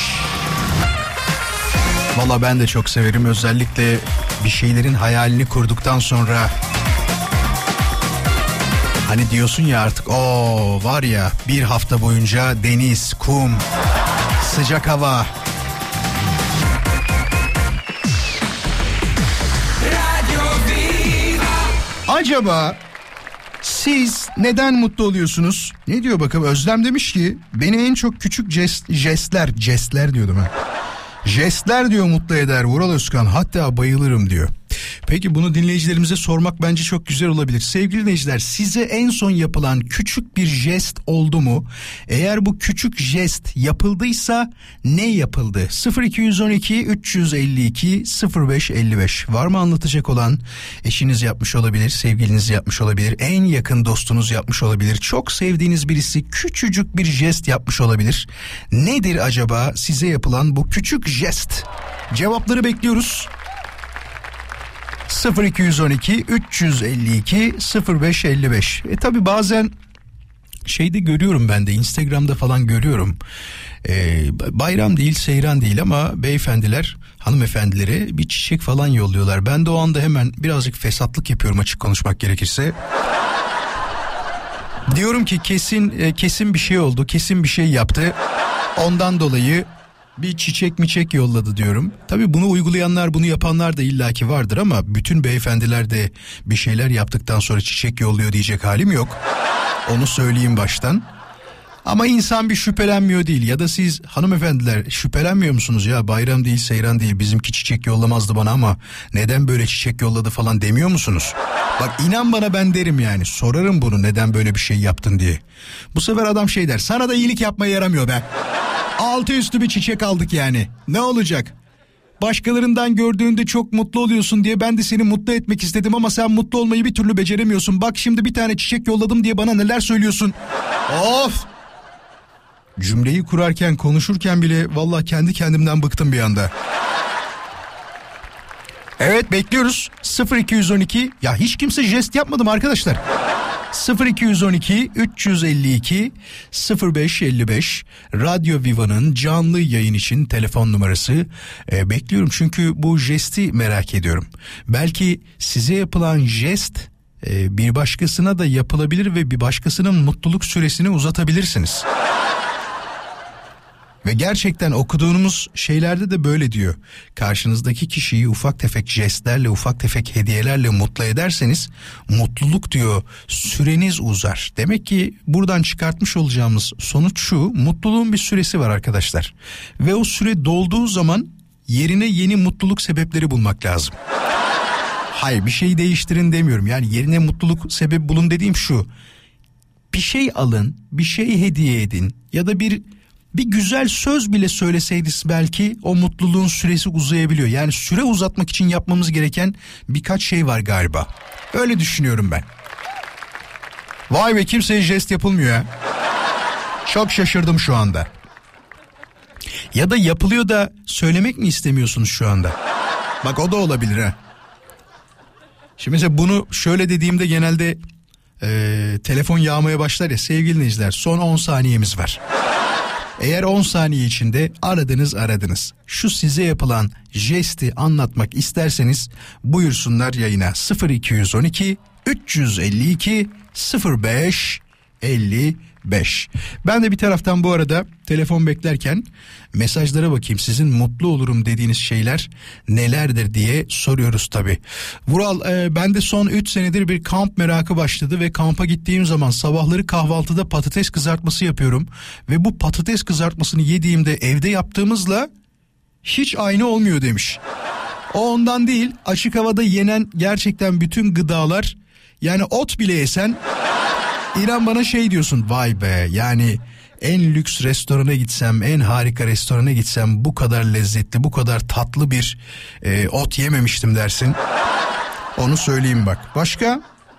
Valla ben de çok severim, özellikle bir şeylerin hayalini kurduktan sonra. Hani diyorsun ya artık var ya, bir hafta boyunca deniz, kum, sıcak hava. Acaba siz neden mutlu oluyorsunuz? Ne diyor bakalım? Özlem demiş ki beni en çok küçük jestler diyordum ha. Jestler diyor mutlu eder Vural Özkan, hatta bayılırım diyor. Peki bunu dinleyicilerimize sormak bence çok güzel olabilir. Sevgili dinleyiciler, size en son yapılan küçük bir jest oldu mu? Eğer bu küçük jest yapıldıysa ne yapıldı? 0212 352 0555 var mı anlatacak olan? Eşiniz yapmış olabilir, sevgiliniz yapmış olabilir, en yakın dostunuz yapmış olabilir, çok sevdiğiniz birisi küçücük bir jest yapmış olabilir. Nedir acaba size yapılan bu küçük jest? Cevapları bekliyoruz. 0212 352 0555. Tabii bazen şeyde görüyorum, ben de Instagram'da falan görüyorum. Bayram değil, seyran değil ama beyefendiler hanımefendilere bir çiçek falan yolluyorlar. Ben de o anda hemen birazcık fesatlık yapıyorum, açık konuşmak gerekirse. Diyorum ki kesin bir şey oldu, kesin bir şey yaptı. Ondan dolayı bir çiçek yolladı diyorum. Tabii bunu uygulayanlar, bunu yapanlar da illaki vardır ama bütün beyefendiler de bir şeyler yaptıktan sonra çiçek yolluyor diyecek halim yok. Onu söyleyeyim baştan. Ama insan bir şüphelenmiyor değil, ya da siz hanımefendiler şüphelenmiyor musunuz ya, bayram değil seyran değil, bizimki çiçek yollamazdı bana ama neden böyle çiçek yolladı falan demiyor musunuz? Bak inan bana, ben derim yani, sorarım bunu, neden böyle bir şey yaptın diye. Bu sefer adam şey der, sana da iyilik yapmaya yaramıyor be. Altı üstü bir çiçek aldık yani, ne olacak? Başkalarından gördüğünde çok mutlu oluyorsun diye ben de seni mutlu etmek istedim ama sen mutlu olmayı bir türlü beceremiyorsun. Bak şimdi bir tane çiçek yolladım diye bana neler söylüyorsun. Of! Cümleyi kurarken, konuşurken bile vallahi kendi kendimden bıktım bir anda. Evet, bekliyoruz. 0212, ya hiç kimse jest yapmadım arkadaşlar. 0212 352 0555 Radyo Viva'nın canlı yayın için telefon numarası. Bekliyorum çünkü bu jesti merak ediyorum. Belki size yapılan jest bir başkasına da yapılabilir ve bir başkasının mutluluk süresini uzatabilirsiniz. Ve gerçekten okuduğumuz şeylerde de böyle diyor. Karşınızdaki kişiyi ufak tefek jestlerle, ufak tefek hediyelerle mutlu ederseniz mutluluk diyor süreniz uzar. Demek ki buradan çıkartmış olacağımız sonuç şu: mutluluğun bir süresi var arkadaşlar. Ve o süre dolduğu zaman yerine yeni mutluluk sebepleri bulmak lazım. Hayır, bir şeyi değiştirin demiyorum. Yani yerine mutluluk sebebi bulun dediğim şu: bir şey alın, bir şey hediye edin ya da bir güzel söz bile söyleseydiniz belki o mutluluğun süresi uzayabiliyor. Yani süre uzatmak için yapmamız gereken birkaç şey var galiba. Öyle düşünüyorum ben. Vay be, kimseye jest yapılmıyor ha. Çok şaşırdım şu anda. Ya da yapılıyor da söylemek mi istemiyorsunuz şu anda? Bak o da olabilir ha. Şimdi mesela bunu şöyle dediğimde genelde telefon yağmaya başlar ya sevgili dinleyiciler, son 10 saniyemiz var. Eğer 10 saniye içinde aradınız. Şu size yapılan jesti anlatmak isterseniz buyursunlar yayına. 0212 352 0555. Ben de bir taraftan bu arada telefon beklerken mesajlara bakayım. Sizin mutlu olurum dediğiniz şeyler nelerdir diye soruyoruz tabii. Vural, ben de son 3 senedir bir kamp merakı başladı ve kampa gittiğim zaman sabahları kahvaltıda patates kızartması yapıyorum. Ve bu patates kızartmasını yediğimde evde yaptığımızla hiç aynı olmuyor demiş. O ondan değil, açık havada yenen gerçekten bütün gıdalar, yani ot bile yesen İnan bana şey diyorsun, vay be, yani en lüks restorana gitsem, en harika restorana gitsem bu kadar lezzetli, bu kadar tatlı bir ot yememiştim dersin. Onu söyleyeyim bak. Başka?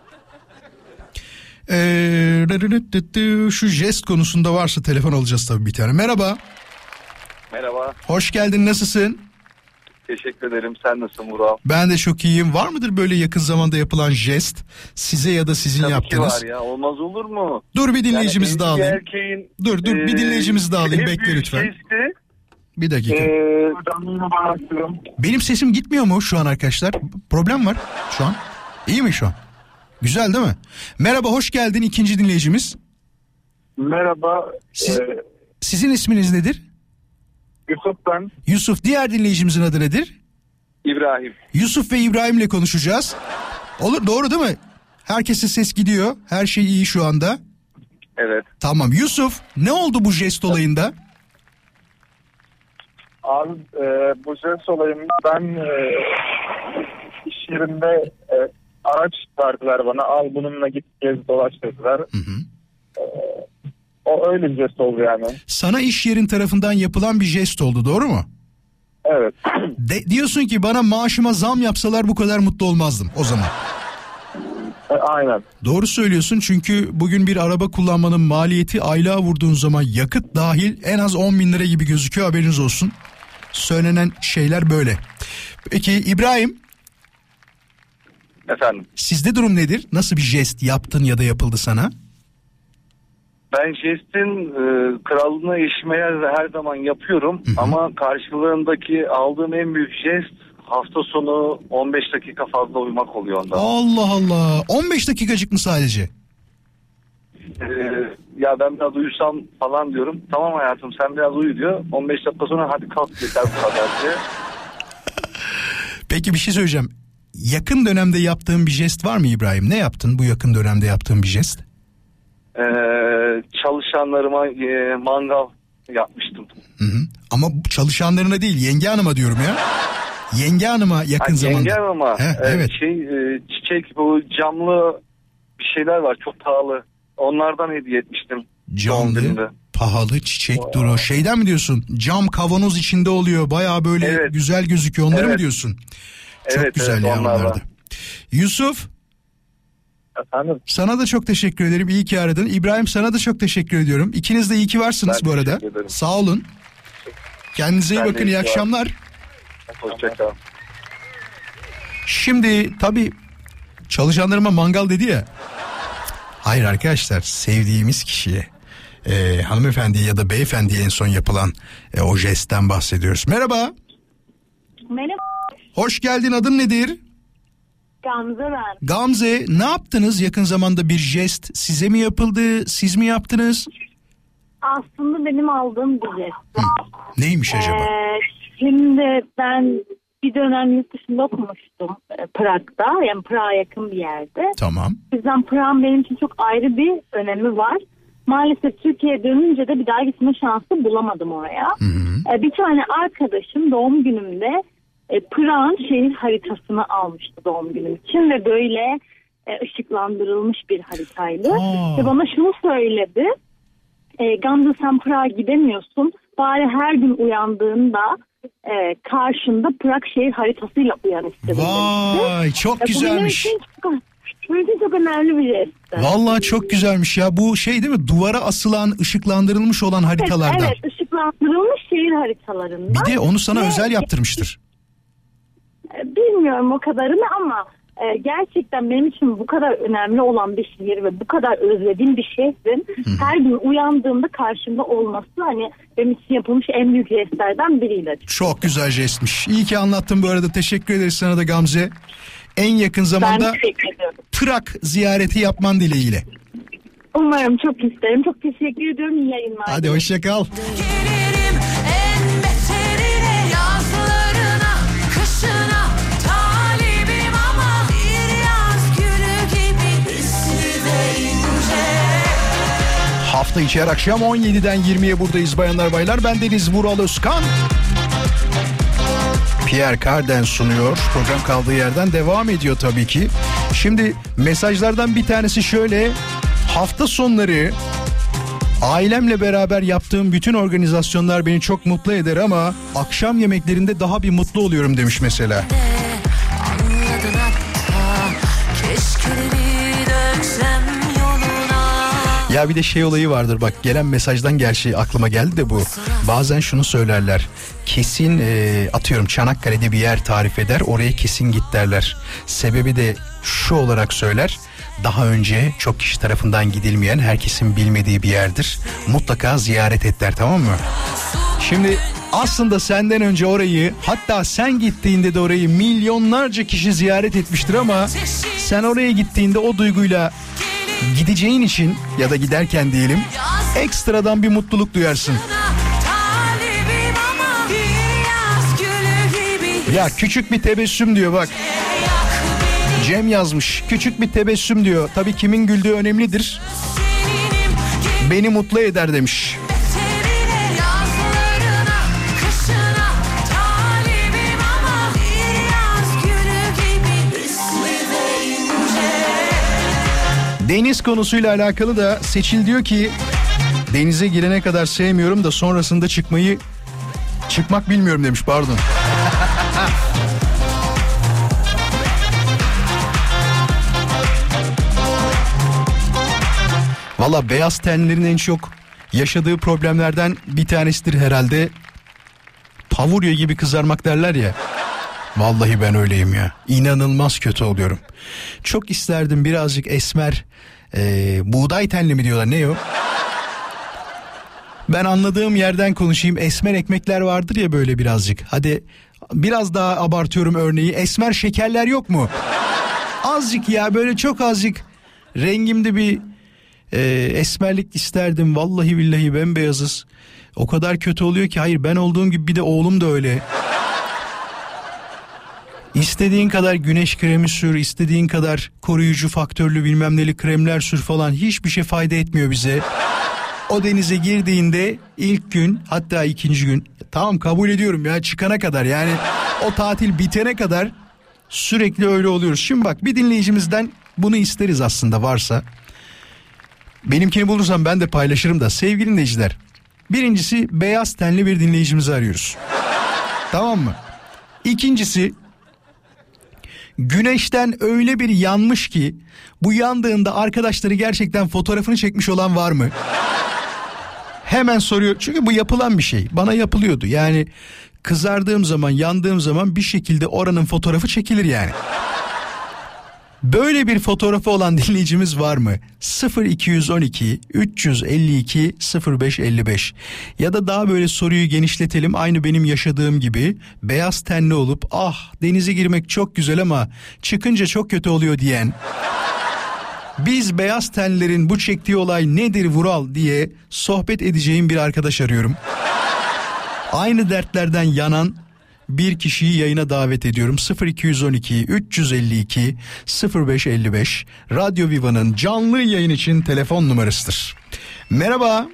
Şu jest konusunda varsa telefon alacağız tabii bir tane. Merhaba. Merhaba. Hoş geldin, nasılsın? Teşekkür ederim. Sen nasılsın Vural? Ben de çok iyiyim. Var mıdır böyle yakın zamanda yapılan jest? Size ya da sizin tabii yaptığınız? Tabii ki var ya. Olmaz olur mu? Dur bir dinleyicimizi yani daha alayım. Erkeğin, dur bir dinleyicimizi daha alayım. Bekle lütfen. Jesti, bir dakika. Benim sesim gitmiyor mu şu an arkadaşlar? Problem var şu an. İyi mi şu an? Güzel değil mi? Merhaba, hoş geldin ikinci dinleyicimiz. Merhaba. Sizin isminiz nedir? Yusuf ben. Yusuf, diğer dinleyicimizin adı nedir? İbrahim. Yusuf ve İbrahim'le konuşacağız. Olur, doğru değil mi? Herkesin ses gidiyor. Her şey iyi şu anda. Evet. Tamam. Yusuf, ne oldu bu jest olayında? Abi bu jest olayında ben iş yerinde araç verdiler bana. Al bununla git gez dolaş dediler. O öyle bir jest oldu yani. Sana iş yerin tarafından yapılan bir jest oldu, doğru mu? Evet. Diyorsun ki bana maaşıma zam yapsalar bu kadar mutlu olmazdım o zaman. Aynen. Doğru söylüyorsun, çünkü bugün bir araba kullanmanın maliyeti aylığa vurduğun zaman yakıt dahil en az 10 bin lira gibi gözüküyor, haberiniz olsun. Söylenen şeyler böyle. Peki İbrahim. Efendim? Sizde durum nedir? Nasıl bir jest yaptın ya da yapıldı sana? Ben jestin kralını eşime her zaman yapıyorum. Ama karşılığındaki aldığım en büyük jest hafta sonu 15 dakika fazla uyumak oluyor ondan. Allah Allah. 15 dakikacık mı sadece? Ya ben biraz uyusam falan diyorum. Tamam hayatım sen biraz uyu diyor. 15 dakika sonra hadi kalk yeter bu kadar diye. Peki bir şey söyleyeceğim. Yakın dönemde yaptığın bir jest var mı İbrahim? Ne yaptın bu yakın dönemde yaptığın bir jest? Çalışanlarıma mangal yapmıştım. Ama çalışanlarına değil, yenge hanıma diyorum ya. Yenge hanıma yakın zamanda. Yenge hanıma. Evet. Çiçek, bu camlı bir şeyler var çok pahalı. Onlardan hediye etmiştim. Camlı, pahalı çiçek duru. Şeyden mi diyorsun? Cam kavanoz içinde oluyor. Bayağı böyle güzel gözüküyor. Onları mı diyorsun? Çok güzel ya onlarda. Yusuf. Efendim? Sana da çok teşekkür ederim. İyi ki aradın. İbrahim, sana da çok teşekkür ediyorum. İkiniz de iyi ki varsınız bu arada. Sağ olun. Kendinize iyi bakın. İyi akşamlar. Hoşçakalın. Şimdi tabii çalışanlarıma mangal dedi ya. Hayır arkadaşlar, sevdiğimiz kişiye, hanımefendiye ya da beyefendiye en son yapılan o jestten bahsediyoruz. Merhaba. Merhaba. Hoş geldin, adın nedir? Gamze ben. Gamze, ne yaptınız yakın zamanda, bir jest size mi yapıldı, siz mi yaptınız? Aslında benim aldığım bir jest. Neymiş acaba? Şimdi ben bir dönem yurt dışında okumuştum Prag'da, yani Prag'a yakın bir yerde. Tamam. O yüzden Prag'ın benim için çok ayrı bir önemi var. Maalesef Türkiye'ye dönünce de bir daha gitme şansı bulamadım oraya. Bir tane arkadaşım doğum günümde Prag'ın şehir haritasını almıştı doğum günüm için ve böyle ışıklandırılmış bir haritaydı. Ve bana şunu söyledi. Gamze, sen Prag'a gidemiyorsun. Bari her gün uyandığında karşında Prag şehir haritasıyla uyan istedim. Vay, çok güzelmiş. Benim için çok önemli bir jest. Vallahi çok güzelmiş ya. Bu şey değil mi? Duvara asılan, ışıklandırılmış olan haritalardan. Evet, ışıklandırılmış şehir haritalarından. Bir de onu sana özel yaptırmıştır. Bilmiyorum o kadarını ama gerçekten benim için bu kadar önemli olan bir şehir ve bu kadar özlediğim bir şehrin her gün uyandığımda karşımda olması hani benim için yapılmış en büyük jestlerden biriydi. Çok güzel jestmiş. İyi ki anlattın bu arada. Teşekkür ederiz sana da Gamze. En yakın zamanda Prag ziyareti yapman dileğiyle. Umarım, çok isterim. Çok teşekkür ediyorum. İyi yayınlar. Hadi hoşça kal. Gelirim en beterine, yazlarına, kışına talibim ama bir yaz gülü gibi hisli ve ince. Hafta içi her akşam 17'den 20'ye buradayız bayanlar baylar. Ben Deniz Vural Özkan. Pierre Carden sunuyor. Program kaldığı yerden devam ediyor tabii ki. Şimdi mesajlardan bir tanesi şöyle. Hafta sonları ailemle beraber yaptığım bütün organizasyonlar beni çok mutlu eder ama akşam yemeklerinde daha bir mutlu oluyorum demiş mesela. Anladın hatta, keşkeleri döksem yoluna. Ya bir de şey olayı vardır bak, gelen mesajdan gerçi aklıma geldi de bu. Bazen şunu söylerler. Kesin atıyorum Çanakkale'de bir yer tarif eder, oraya kesin git derler. Sebebi de şu olarak söyler. Daha önce çok kişi tarafından gidilmeyen, herkesin bilmediği bir yerdir. Mutlaka ziyaret et der, tamam mı? Şimdi aslında senden önce orayı, hatta sen gittiğinde de orayı milyonlarca kişi ziyaret etmiştir ama sen oraya gittiğinde o duyguyla gideceğin için ya da giderken diyelim ekstradan bir mutluluk duyarsın. Ya küçük bir tebessüm diyor bak. Cem yazmış. Küçük bir tebessüm diyor. Tabii kimin güldüğü önemlidir. Beni mutlu eder demiş. Deniz konusuyla alakalı da Seçil diyor ki denize girene kadar sevmiyorum da sonrasında çıkmak bilmiyorum demiş, pardon. Valla beyaz tenlerin en çok yaşadığı problemlerden bir tanesidir herhalde. Pavurya gibi kızarmak derler ya. Vallahi ben öyleyim ya. İnanılmaz kötü oluyorum. Çok isterdim birazcık esmer, buğday tenli mi diyorlar, ne o? Ben anladığım yerden konuşayım. Esmer ekmekler vardır ya böyle birazcık. Hadi biraz daha abartıyorum örneği. Esmer şekerler yok mu? Azıcık ya, böyle çok azıcık rengimde bir esmerlik isterdim. Vallahi billahi bembeyazız. O kadar kötü oluyor ki. Hayır, ben olduğum gibi bir de oğlum da öyle. İstediğin kadar güneş kremi sür, istediğin kadar koruyucu faktörlü bilmem neli kremler sür falan, hiçbir şey fayda etmiyor bize. O denize girdiğinde ilk gün, hatta ikinci gün, tamam kabul ediyorum ya, çıkana kadar, yani o tatil bitene kadar sürekli öyle oluyoruz. Şimdi bak, bir dinleyicimizden bunu isteriz aslında, varsa. Benimkini bulursam ben de paylaşırım da sevgili dinleyiciler. Birincisi, beyaz tenli bir dinleyicimizi arıyoruz. Tamam mı? İkincisi, güneşten öyle bir yanmış ki bu yandığında arkadaşları gerçekten fotoğrafını çekmiş olan var mı? Hemen soruyor, çünkü bu yapılan bir şey. Bana yapılıyordu. Yani kızardığım zaman, yandığım zaman bir şekilde oranın fotoğrafı çekilir yani. Böyle bir fotoğrafı olan dinleyicimiz var mı? 0212 352 0555 ya da daha böyle soruyu genişletelim, aynı benim yaşadığım gibi beyaz tenli olup denize girmek çok güzel ama çıkınca çok kötü oluyor diyen, biz beyaz tenlerin bu çektiği olay nedir Vural diye sohbet edeceğim bir arkadaş arıyorum. Aynı dertlerden yanan bir kişiyi yayına davet ediyorum. 0212 352 0555 Radyo Viva'nın canlı yayın için telefon numarasıdır. Merhaba.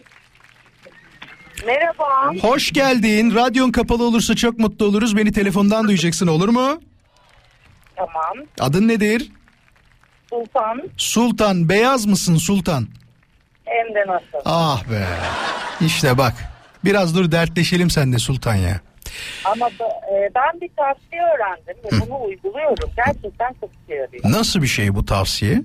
Merhaba. Hoş geldin. Radyon kapalı olursa çok mutlu oluruz. Beni telefondan duyacaksın, olur mu? Tamam. Adın nedir? Sultan. Sultan. Beyaz mısın Sultan? Hem de nasıl? Ah be. İşte bak. Biraz dur dertleşelim seninle Sultan ya. Ama ben bir tavsiye öğrendim ve bunu uyguluyorum. Gerçekten çok işe yarıyor. Nasıl bir şey bu tavsiye?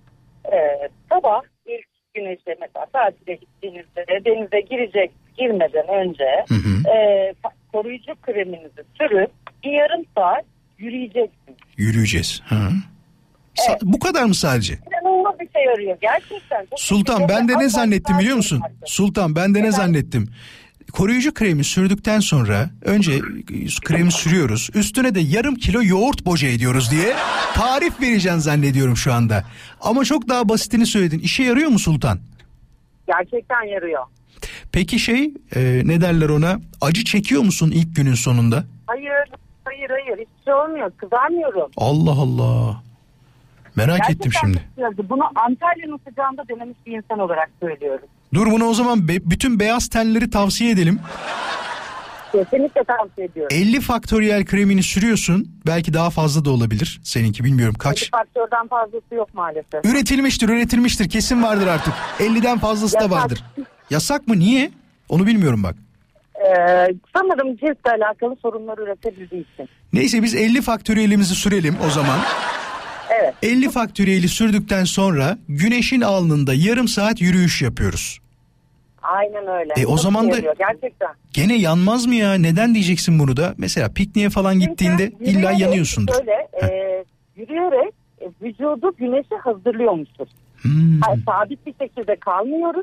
Sabah ilk güneşe, mesela tatile gittiğinizde denize girmeden önce koruyucu kreminizi sürüp bir yarım saat yürüyeceksiniz. Yürüyeceğiz. Ha. Evet. Bu kadar mı sadece? İnanılmaz bir şey yarıyor gerçekten. Sultan, ben de ne zannettim biliyor musun? Sultan, ben de ne zannettim? Koruyucu kremi sürdükten sonra önce kremi sürüyoruz. Üstüne de yarım kilo yoğurt boca ediyoruz diye tarif vereceğim zannediyorum şu anda. Ama çok daha basitini söyledin. İşe yarıyor mu Sultan? Gerçekten yarıyor. Peki ne derler ona? Acı çekiyor musun ilk günün sonunda? Hayır. Hiç şey olmuyor. Kızarmıyorum. Allah Allah. Merak gerçekten ettim şimdi. Bunu Antalya'nın sıcağında denemiş bir insan olarak söylüyorum. Dur, bunu o zaman bütün beyaz tenleri tavsiye edelim. Kesinlikle tavsiye ediyorum. 50 faktöriyel kremini sürüyorsun. Belki daha fazla da olabilir. Seninki bilmiyorum kaç. 50 faktörden fazlası yok maalesef. Üretilmiştir. Kesin vardır artık. 50'den fazlası da vardır. Yasak mı? Niye? Onu bilmiyorum bak. Sanırım ciltle alakalı sorunlar üretebildiği için. Neyse, biz 50 faktöriyelimizi sürelim o zaman. Evet. 50 faktöriyeli sürdükten sonra güneşin alnında yarım saat yürüyüş yapıyoruz. Aynen öyle. O zaman da gerçekten. Gene yanmaz mı ya? Neden diyeceksin bunu da? Mesela pikniğe falan gittiğinde illa yanıyorsundur. Yürüyerek vücudu güneşe hazırlıyormuşuz. Sabit bir şekilde kalmıyoruz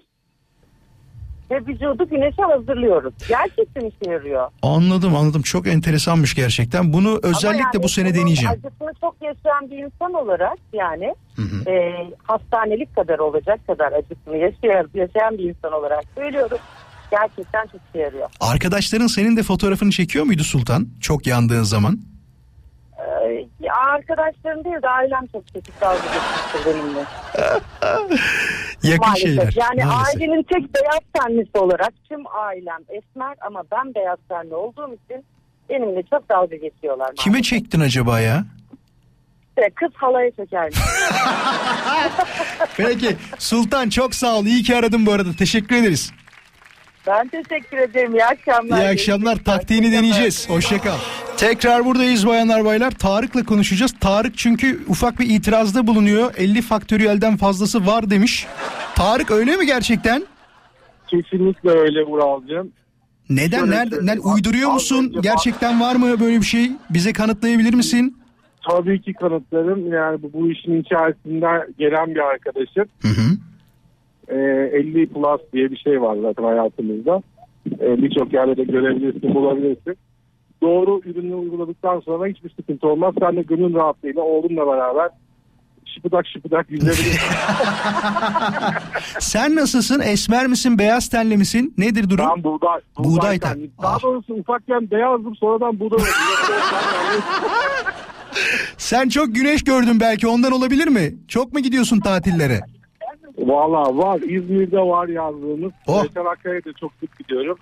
ve vücudu güneşe hazırlıyoruz. Gerçekten işe yarıyor. Anladım. Çok enteresanmış gerçekten. Bunu özellikle bu sene deneyeceğim. Acısını çok yaşayan bir insan olarak yani hastanelik kadar olacak kadar acısını yaşayan bir insan olarak söylüyorum. Gerçekten çok işe yarıyor. Arkadaşların senin de fotoğrafını çekiyor muydu Sultan? Çok yandığın zaman. Arkadaşlarım değil de ailem çok çekip dalga geçmiştir benimle. Yakın maalesef. şeyler. Yani maalesef. ailenin tek beyaz tenlisi olarak tüm ailem esmer ama ben beyaz tenli olduğum için benimle çok dalga geçiyorlar. Kime çektin acaba ya? kız halaya çekermiş. Peki Sultan, çok sağ ol. İyi ki aradın bu arada. Teşekkür ederiz. Ben teşekkür ederim. İyi akşamlar. İyi akşamlar. Taktiğini deneyeceğiz. Hoşça kal. Tekrar buradayız bayanlar baylar. Tarık'la konuşacağız. Tarık çünkü ufak bir itirazda bulunuyor. 50 faktöriyelden fazlası var demiş. Tarık, öyle mi gerçekten? Kesinlikle öyle Vuralcığım. Neden? Nereden? Uyduruyor musun? Gerçekten var mı böyle bir şey? Bize kanıtlayabilir misin? Tabii ki kanıtlarım. Yani bu işin içerisinde gelen bir arkadaşım. 50 plus diye bir şey var zaten hayatımızda. Birçok yerde de görebilirsin, bulabilirsin. Doğru ürünü uyguladıktan sonra hiçbir sıkıntı olmaz. Sen de gönül rahatlığıyla oğlunla beraber şıpıdak yüzebilirsin. Sen nasılsın? Esmer misin? Beyaz tenli misin? Nedir durum? Ben buğday tenli. Daha doğrusu ufakken beyazdım, sonradan buğday oldum. Sen çok güneş gördün, belki ondan olabilir mi? Çok mu gidiyorsun tatillere? Valla var. İzmir'de var yazlığımız. Çanakkale'de çok sık gidiyorum.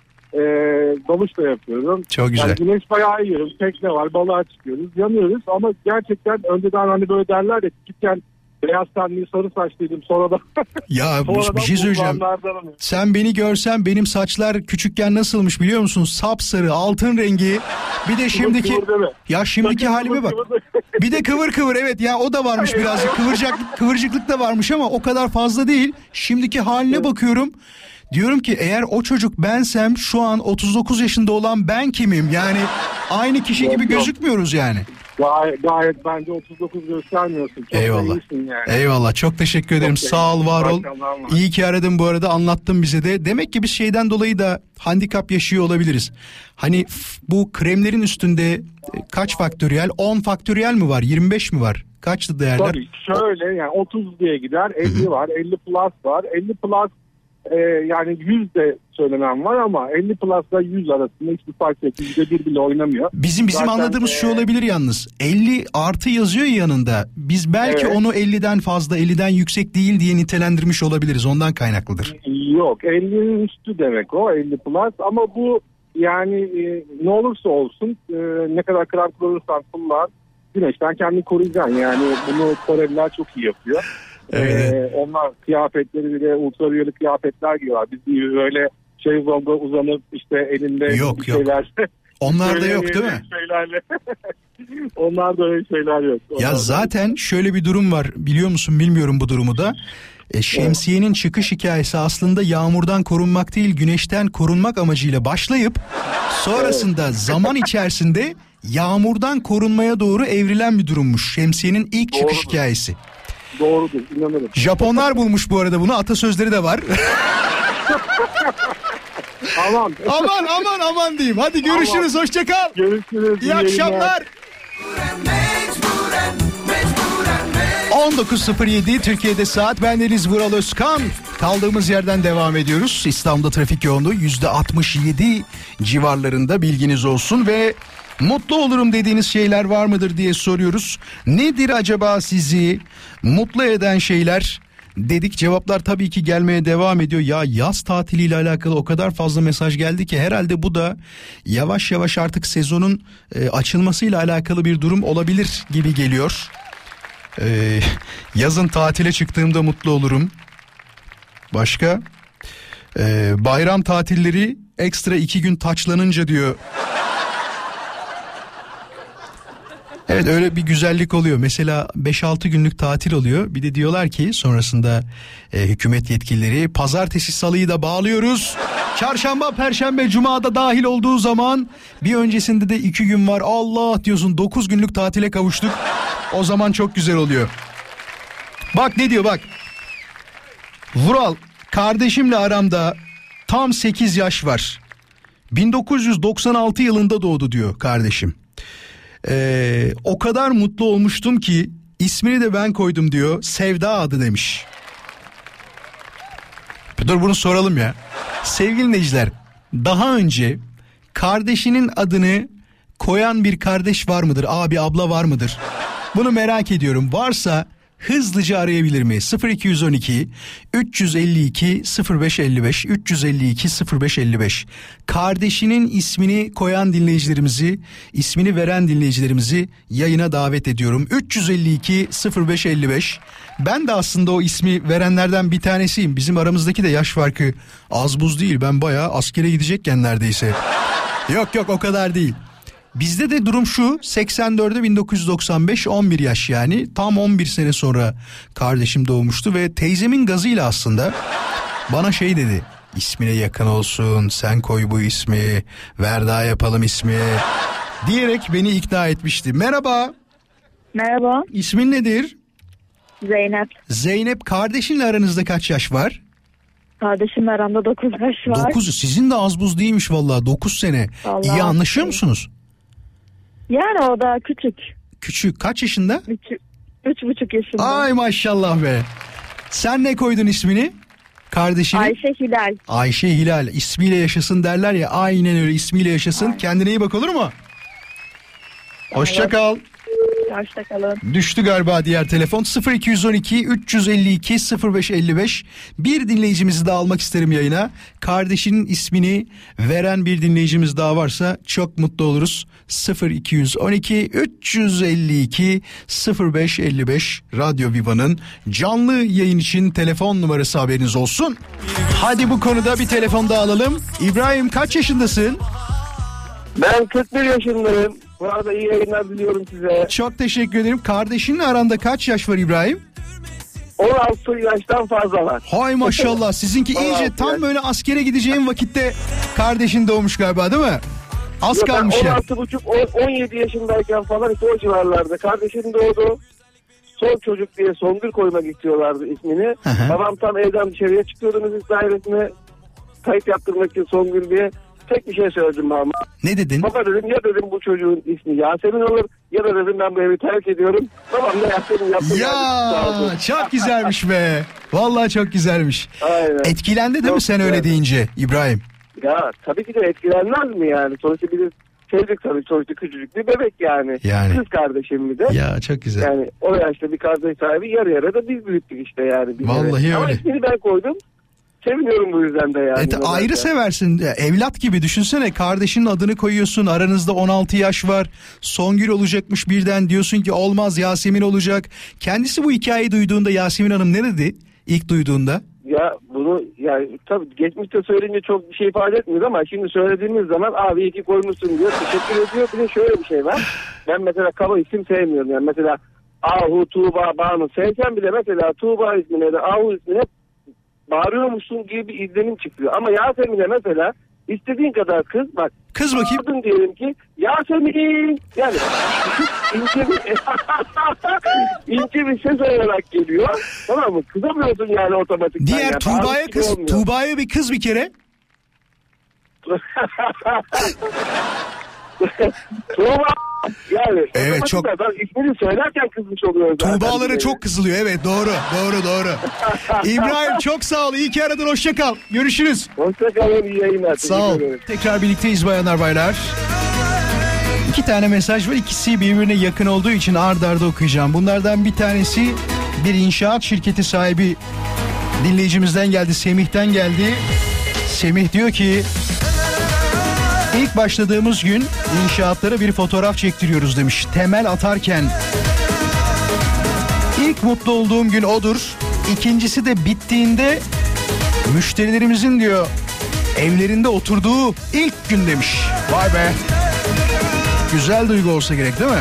Dalış da yapıyorum. Çok güzel. Yani güneş bayağı yiyoruz. Tekne var, balığa çıkıyoruz. Yanıyoruz ama gerçekten önceden hani böyle derler ya, küçükken beyaz tenli sarı saçlıydım, sonradan. Ya bir şey söyleyeceğim. Sen beni görsen, benim saçlar küçükken nasılmış biliyor musun? Sapsarı, altın rengi. Bir de şimdiki şimdiki halime bak. Bir de kıvır kıvır, evet ya, o da varmış birazcık. Kıvırcıklık da varmış ama o kadar fazla değil. Şimdiki haline bakıyorum. Diyorum ki eğer o çocuk bensem, şu an 39 yaşında olan ben kimim? Yani aynı kişi gibi gözükmüyoruz yani. Gayet bence 39 göstermiyorsun. Çok eyvallah. Yani. Eyvallah. Çok teşekkür ederim. Sağ ol, var ol. İyi ki aradın bu arada, anlattın bize de. Demek ki biz şeyden dolayı da handikap yaşıyor olabiliriz. Hani bu kremlerin üstünde kaç faktöriyel? 10 faktöriyel mi var? 25 mi var? Kaçtı değerler? Tabii şöyle, yani 30 diye gider. 50 var. 50 plus var. 50 plus yani 100 de söylenen var ama 50 plus'la 100 arasında hiçbir fark yok. %1 bile oynamıyor. Bizim zaten, anladığımız şu olabilir yalnız. 50 artı yazıyor yanında. Biz belki onu 50'den fazla, 50'den yüksek değil diye nitelendirmiş olabiliriz. Ondan kaynaklıdır. Yok, 50'nin üstü demek o, 50 plus, ama bu yani ne olursa olsun ne kadar krem kullanırsan kullan, güneşten kendini koruyacaksın. Yani bunu Koreliler çok iyi yapıyor. Evet. Onlar kıyafetleri bile ultraviyole kıyafetler giyiyorlar. Biz böyle şezlonga uzanıp işte elinde yok. şeyler. Onlar da yok değil mi? Şeylerle. Onlar da öyle şeyler yok. Ya zaten şöyle bir durum var, biliyor musun bilmiyorum bu durumu da. Şemsiyenin çıkış hikayesi aslında yağmurdan korunmak değil, güneşten korunmak amacıyla başlayıp sonrasında zaman içerisinde yağmurdan korunmaya doğru evrilen bir durummuş. Şemsiyenin ilk çıkış hikayesi. Doğrudur, inanırım. Japonlar bulmuş bu arada bunu, atasözleri de var. aman diyeyim. Hadi görüşürüz, hoşça kal. Görüşürüz. İyi akşamlar. 19.07 Türkiye'de saat. Bendeniz Vural Özkan. Kaldığımız yerden devam ediyoruz. İstanbul'da trafik yoğunluğu %67 civarlarında, bilginiz olsun. Ve mutlu olurum dediğiniz şeyler var mıdır diye soruyoruz. Nedir acaba sizi mutlu eden şeyler dedik. Cevaplar tabii ki gelmeye devam ediyor. Ya yaz tatiliyle alakalı o kadar fazla mesaj geldi ki herhalde bu da yavaş yavaş artık sezonun açılmasıyla alakalı bir durum olabilir gibi geliyor. Yazın tatile çıktığımda mutlu olurum. Başka? Bayram tatilleri ekstra 2 gün taçlanınca diyor. Evet, öyle bir güzellik oluyor. Mesela 5-6 günlük tatil oluyor. Bir de diyorlar ki sonrasında hükümet yetkilileri pazartesi salıyı da bağlıyoruz. Çarşamba, perşembe, cuma da dahil olduğu zaman bir öncesinde de 2 gün var. Allah diyorsun, 9 günlük tatile kavuştuk. O zaman çok güzel oluyor. Bak ne diyor bak. Vural, kardeşimle aramda tam 8 yaş var. 1996 yılında doğdu diyor kardeşim. O kadar mutlu olmuştum ki ismini de ben koydum diyor. Sevda adı demiş. Dur bunu soralım ya. Sevgili dinleyiciler, daha önce kardeşinin adını koyan bir kardeş var mıdır? Abi, abla var mıdır? Bunu merak ediyorum. Varsa hızlıca arayabilir mi? 0212 352 0555 352 0555. Kardeşinin ismini koyan dinleyicilerimizi, ismini veren dinleyicilerimizi yayına davet ediyorum. 352 0555. Ben de aslında o ismi verenlerden bir tanesiyim. Bizim aramızdaki de yaş farkı az buz değil. Ben bayağı askere gidecekken neredeyse. Yok o kadar değil. Bizde de durum şu, 84'e 1995, 11 yaş yani. Tam 11 sene sonra kardeşim doğmuştu ve teyzemin gazıyla aslında bana şey dedi. İsmine yakın olsun, sen koy bu ismi, Verda yapalım ismi diyerek beni ikna etmişti. Merhaba. Merhaba. İsmin nedir? Zeynep. Zeynep, kardeşinle aranızda kaç yaş var? Kardeşimle aramda 9 yaş var. 9, sizin de az buz değilmiş vallahi, 9 sene. Vallahi İyi anlaşıyor musunuz? Yani o da küçük. Küçük, kaç yaşında? 3,5 yaşında. Ay maşallah be. Sen ne koydun ismini? Kardeşine? Ayşe Hilal. Ayşe Hilal, ismiyle yaşasın derler ya, aynen öyle, ismiyle yaşasın. Aynen. Kendine iyi bak, olur mu? Hoşça kal. Hoşçakalın. Düştü galiba diğer telefon. 0212 352 0555. Bir dinleyicimizi daha almak isterim yayına. Kardeşinin ismini veren bir dinleyicimiz daha varsa çok mutlu oluruz. 0212 352 0555 Radyo Viva'nın canlı yayın için telefon numarası, haberiniz olsun. Hadi bu konuda bir telefon daha alalım. İbrahim, kaç yaşındasın? Ben 41 yaşındayım. Bu arada iyi yayınlar diliyorum size. Çok teşekkür ederim. Kardeşinle aranda kaç yaş var İbrahim? 16 yaştan fazla var. Hay maşallah. Sizinki iyice tam böyle askere gideceğin vakitte kardeşin doğmuş galiba, değil mi? Az yok, kalmış ya. 16,5-17 yaşındayken falan işte o civarlarda. Kardeşim doğdu. Son çocuk diye Songül koymak istiyorlardı ismini. Babam tam evden dışarıya çıkıyordu müzik dairesine. Kayıt yaptırmak için Songül diye. Tek bir şey söyledim baba. Ne dedin? Baba dedim, ya dedim bu çocuğun ismi Yasemin olur, ya da dedim ben bu evi terk ediyorum. Babam da Yasemin yaptı. Ya çok güzelmiş be. Vallahi çok güzelmiş. Aynen. Etkilendi değil çok mi sen güzel. Öyle deyince İbrahim? Ya tabii ki de etkilenmez mi yani? Sonuçta biz sevdik tabii, sonuçta küçücük bir bebek yani. Kız kardeşim bir de. Ya çok güzel. Yani o yaşta bir kardeş sahibi, yarı yarı da biz büyüttük işte yani. Vallahi öyle. Ama ismini ben koydum. Seviniyorum bu yüzden de yani. Ayrı seversin. Evlat gibi düşünsene, kardeşinin adını koyuyorsun. Aranızda 16 yaş var. Songül olacakmış birden, diyorsun ki olmaz Yasemin olacak. Kendisi bu hikayeyi duyduğunda Yasemin Hanım ne dedi ilk duyduğunda? Ya bunu yani tabii geçmişte söyleyince çok bir şey ifade etmiyor ama şimdi söylediğimiz zaman abi iyi ki koymuşsun diyor. Teşekkür ediyor. Bir de şöyle bir şey var. Ben mesela kaba isim sevmiyorum. Yani mesela Ahu, Tuğba, Banu sevsem bile mesela Tuğba ismine de Ahu ismine bağırıyormuşsun gibi bir izlenim çıkıyor. Ama Yasemin'e mesela istediğin kadar kız, bak. Kız bakayım. Adın diyelim ki Yasemin. Yani ince bir ses olarak geliyor. Tamam mı? Kızamıyorsun yani otomatik. Diğer yani. Tuğba'ya kız. Olmuyor. Tuğba'ya bir kız bir kere. Tuğba. Yani evet, çok. İsmini söylerken kızmış oluyor zaten. Tuğbalara çok kızılıyor, evet, doğru. İbrahim çok sağ ol, iyi ki aradın, hoşça kal, görüşürüz. Hoşça kalın, iyi yayınlar. Sağ ol. Tekrar birlikteyiz bayanlar baylar. 2 tane mesaj var, ikisi birbirine yakın olduğu için ard arda okuyacağım. Bunlardan bir tanesi bir inşaat şirketi sahibi dinleyicimizden geldi, Semih'ten geldi. Semih diyor ki İlk başladığımız gün inşaatlara bir fotoğraf çektiriyoruz demiş. Temel atarken. İlk mutlu olduğum gün odur. İkincisi de bittiğinde müşterilerimizin diyor evlerinde oturduğu ilk gün demiş. Vay be. Güzel duygu olsa gerek değil mi?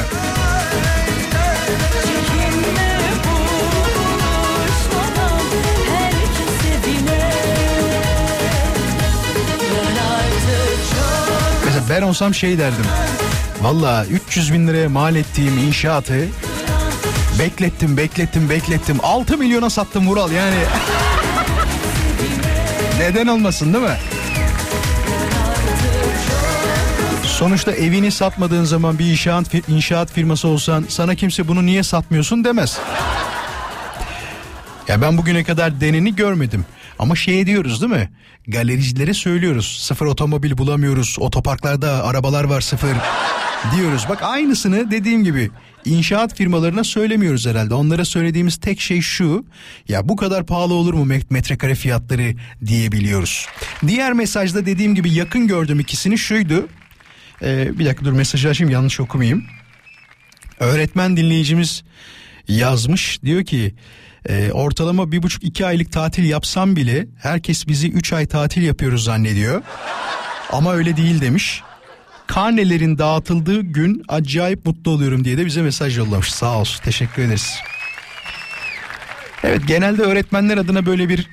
Ben olsam şey derdim. Valla 300 bin liraya mal ettiğim inşaatı beklettim. 6 milyona sattım Vural yani. Neden olmasın değil mi? Sonuçta evini satmadığın zaman bir inşaat firması olsan sana kimse bunu niye satmıyorsun demez. Ya ben bugüne kadar deneni görmedim. Ama şey diyoruz değil mi? Galericilere söylüyoruz. Sıfır otomobil bulamıyoruz. Otoparklarda arabalar var sıfır. diyoruz. Bak aynısını dediğim gibi inşaat firmalarına söylemiyoruz herhalde. Onlara söylediğimiz tek şey şu: ya bu kadar pahalı olur mu metrekare fiyatları diyebiliyoruz. Diğer mesajda dediğim gibi yakın gördüm ikisini, şuydu. Bir dakika dur, mesajı açayım, yanlış okumayayım. Öğretmen dinleyicimiz yazmış, diyor ki ortalama 1,5-2 aylık tatil yapsam bile herkes bizi 3 ay tatil yapıyoruz zannediyor. Ama öyle değil demiş. Karnelerin dağıtıldığı gün acayip mutlu oluyorum diye de bize mesaj yollamış. Sağ olsun, teşekkür ederiz. Evet, genelde öğretmenler adına böyle bir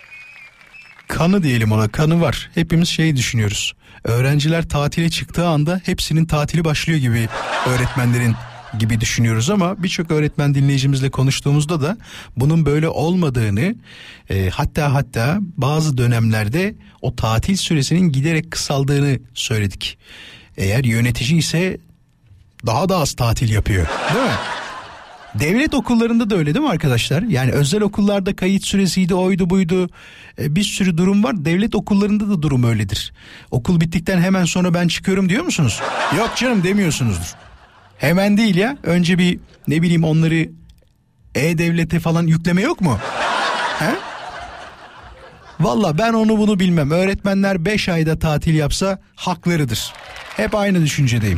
kanı diyelim ona, kanı var. Hepimiz şey düşünüyoruz. Öğrenciler tatile çıktığı anda hepsinin tatili başlıyor gibi öğretmenlerin gibi düşünüyoruz ama birçok öğretmen dinleyicimizle konuştuğumuzda da bunun böyle olmadığını, hatta bazı dönemlerde o tatil süresinin giderek kısaldığını söyledik. Eğer yönetici ise daha da az tatil yapıyor, değil mi? Devlet okullarında da öyle değil mi arkadaşlar? Yani özel okullarda kayıt süresiydi, oydu buydu, bir sürü durum var. Devlet okullarında da durum öyledir. Okul bittikten hemen sonra ben çıkıyorum diyor musunuz? Yok canım, demiyorsunuzdur. Hemen değil ya. Önce bir ne bileyim onları E-Devlet'e falan yükleme yok mu? He? Valla ben onu bunu bilmem. Öğretmenler 5 ayda tatil yapsa haklarıdır. Hep aynı düşüncedeyim.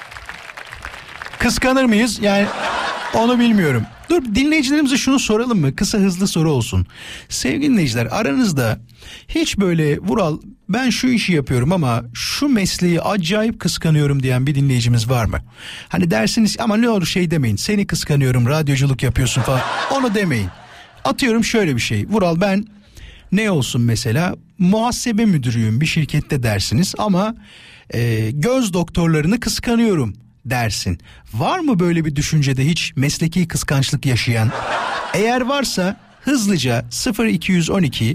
Kıskanır mıyız? Yani onu bilmiyorum. Dur, dinleyicilerimize şunu soralım mı? Kısa hızlı soru olsun. Sevgili dinleyiciler, aranızda hiç böyle Vural ben şu işi yapıyorum ama şu mesleği acayip kıskanıyorum diyen bir dinleyicimiz var mı? Hani dersiniz ama ne olur şey demeyin, seni kıskanıyorum, radyoculuk yapıyorsun falan, onu demeyin. Atıyorum şöyle bir şey: Vural ben ne olsun mesela, muhasebe müdürüyüm bir şirkette dersiniz ama göz doktorlarını kıskanıyorum dersin. Var mı böyle bir düşüncede hiç mesleki kıskançlık yaşayan? Eğer varsa hızlıca 0212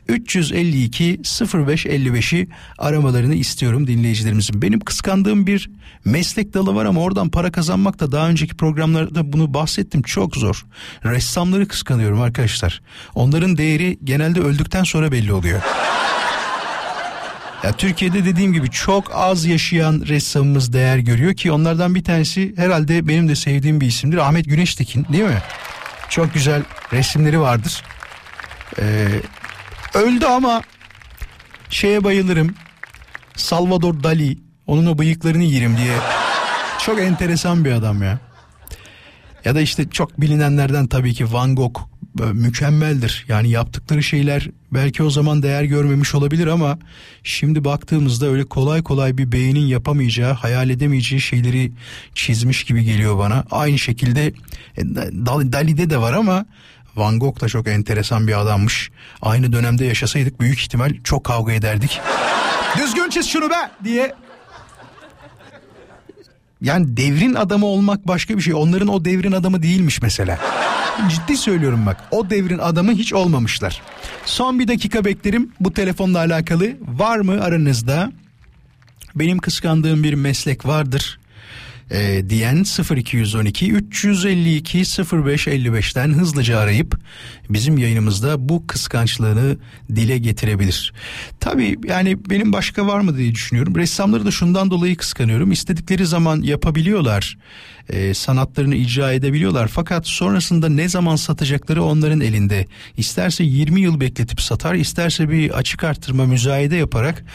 352 0555'i aramalarını istiyorum dinleyicilerimizin. Benim kıskandığım bir meslek dalı var ama oradan para kazanmak da, daha önceki programlarda bunu bahsettim, çok zor. Ressamları kıskanıyorum arkadaşlar. Onların değeri genelde öldükten sonra belli oluyor. Ya Türkiye'de dediğim gibi çok az yaşayan ressamımız değer görüyor ki onlardan bir tanesi herhalde benim de sevdiğim bir isimdir, Ahmet Güneştekin, değil mi? Çok güzel resimleri vardır. Öldü ama şeye bayılırım. Salvador Dali, onun o bıyıklarını yerim diye. Çok enteresan bir adam ya. Ya da işte çok bilinenlerden tabii ki Van Gogh mükemmeldir. Yani yaptıkları şeyler belki o zaman değer görmemiş olabilir ama şimdi baktığımızda öyle kolay kolay bir beynin yapamayacağı, hayal edemeyeceği şeyleri çizmiş gibi geliyor bana. Aynı şekilde Dali'de de var ama Van Gogh da çok enteresan bir adammış. Aynı dönemde yaşasaydık büyük ihtimal çok kavga ederdik. Düzgün çiz şunu be diye. Yani devrin adamı olmak başka bir şey. Onların o devrin adamı değilmiş mesela. Ciddi söylüyorum bak. O devrin adamı hiç olmamışlar. Son bir dakika beklerim bu telefonla alakalı. Var mı aranızda benim kıskandığım bir meslek vardır diyen 0212 352 0555'ten hızlıca arayıp bizim yayınımızda bu kıskançlığını dile getirebilir. Tabii yani benim başka var mı diye düşünüyorum. Ressamları da şundan dolayı kıskanıyorum. İstedikleri zaman yapabiliyorlar. Sanatlarını icra edebiliyorlar. Fakat sonrasında ne zaman satacakları onların elinde. İsterse 20 yıl bekletip satar, isterse bir açık artırma müzayede yaparak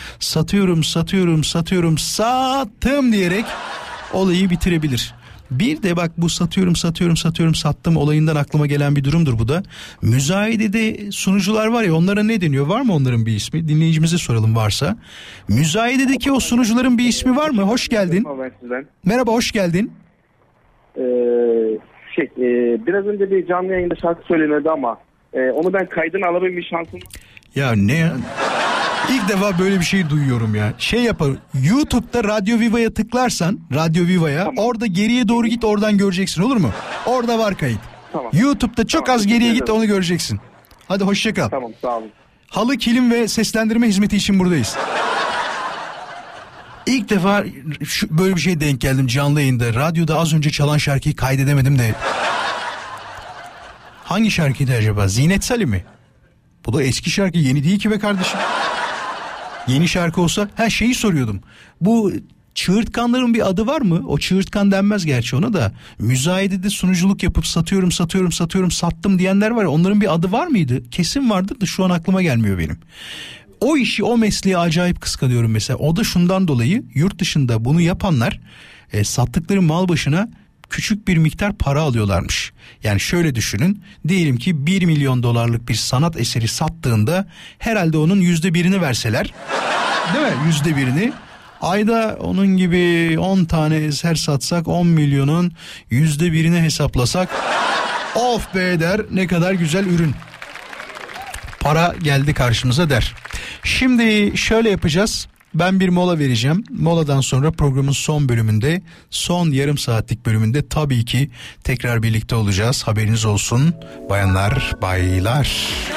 sattım diyerek olayı bitirebilir. Bir de bak bu sattım olayından aklıma gelen bir durumdur bu da. Müzayedede sunucular var ya, onlara ne deniyor? Var mı onların bir ismi? Dinleyicimize soralım varsa. Müzayededeki o sunucuların bir ismi var mı? Hoş geldin. Merhaba, hoş geldin. Biraz önce bir canlı yayında şarkı söylenirdi ama onu ben kaydını alabilme şansım. Ya ne ya? İlk defa böyle bir şey duyuyorum ya. Şey yapar, YouTube'da Radyo Viva'ya tıklarsan, Radyo Viva'ya, tamam, orada geriye doğru git, oradan göreceksin, olur mu? Orada var kayıt. Tamam. YouTube'da çok az geriye git, onu göreceksin. Hadi hoşça kal. Tamam, sağ olun. Halı, kilim ve seslendirme hizmeti için buradayız. İlk defa böyle bir şey denk geldim canlı yayında. Radyoda az önce çalan şarkıyı kaydedemedim de. Hangi şarkıydı acaba? Zinet Salih mi? Bu da eski şarkı, yeni değil ki be kardeşim. Yeni şarkı olsa, şeyi soruyordum. Bu Çığırtkanların bir adı var mı? O çığırtkan denmez gerçi ona da. Müzayedede sunuculuk yapıp sattım diyenler var ya, onların bir adı var mıydı? Kesin vardır da şu an aklıma gelmiyor benim. O işi, o mesleği acayip kıskanıyorum mesela. O da şundan dolayı, yurt dışında bunu yapanlar sattıkları mal başına küçük bir miktar para alıyorlarmış. Yani şöyle düşünün, diyelim ki 1 milyon dolarlık bir sanat eseri sattığında herhalde onun %1'ini verseler, değil mi? %1'ini. Ayda onun gibi 10 tane eser satsak 10 milyonun %1'ini hesaplasak, of be der, ne kadar güzel ürün. Para geldi karşımıza der. Şimdi şöyle yapacağız. Ben bir mola vereceğim. Moladan sonra programın son bölümünde, son yarım saatlik bölümünde tabii ki tekrar birlikte olacağız. Haberiniz olsun bayanlar, baylar.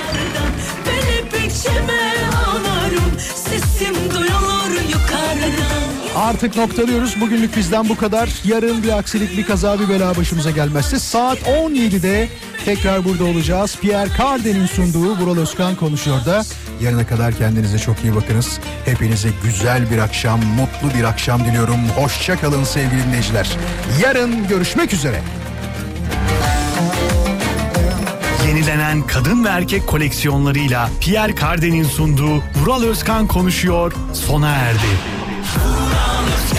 Artık noktalıyoruz. Bugünlük bizden bu kadar. Yarın bir aksilik, bir kaza, bir bela başımıza gelmezse saat 17'de tekrar burada olacağız. Pierre Cardin'in sunduğu Vural Özkan konuşuyor da. Yarına kadar kendinize çok iyi bakınız. Hepinize güzel bir akşam, mutlu bir akşam diliyorum. Hoşça kalın sevgili dinleyiciler. Yarın görüşmek üzere. Yenilenen kadın ve erkek koleksiyonlarıyla Pierre Cardin'in sunduğu Vural Özkan konuşuyor sona erdi.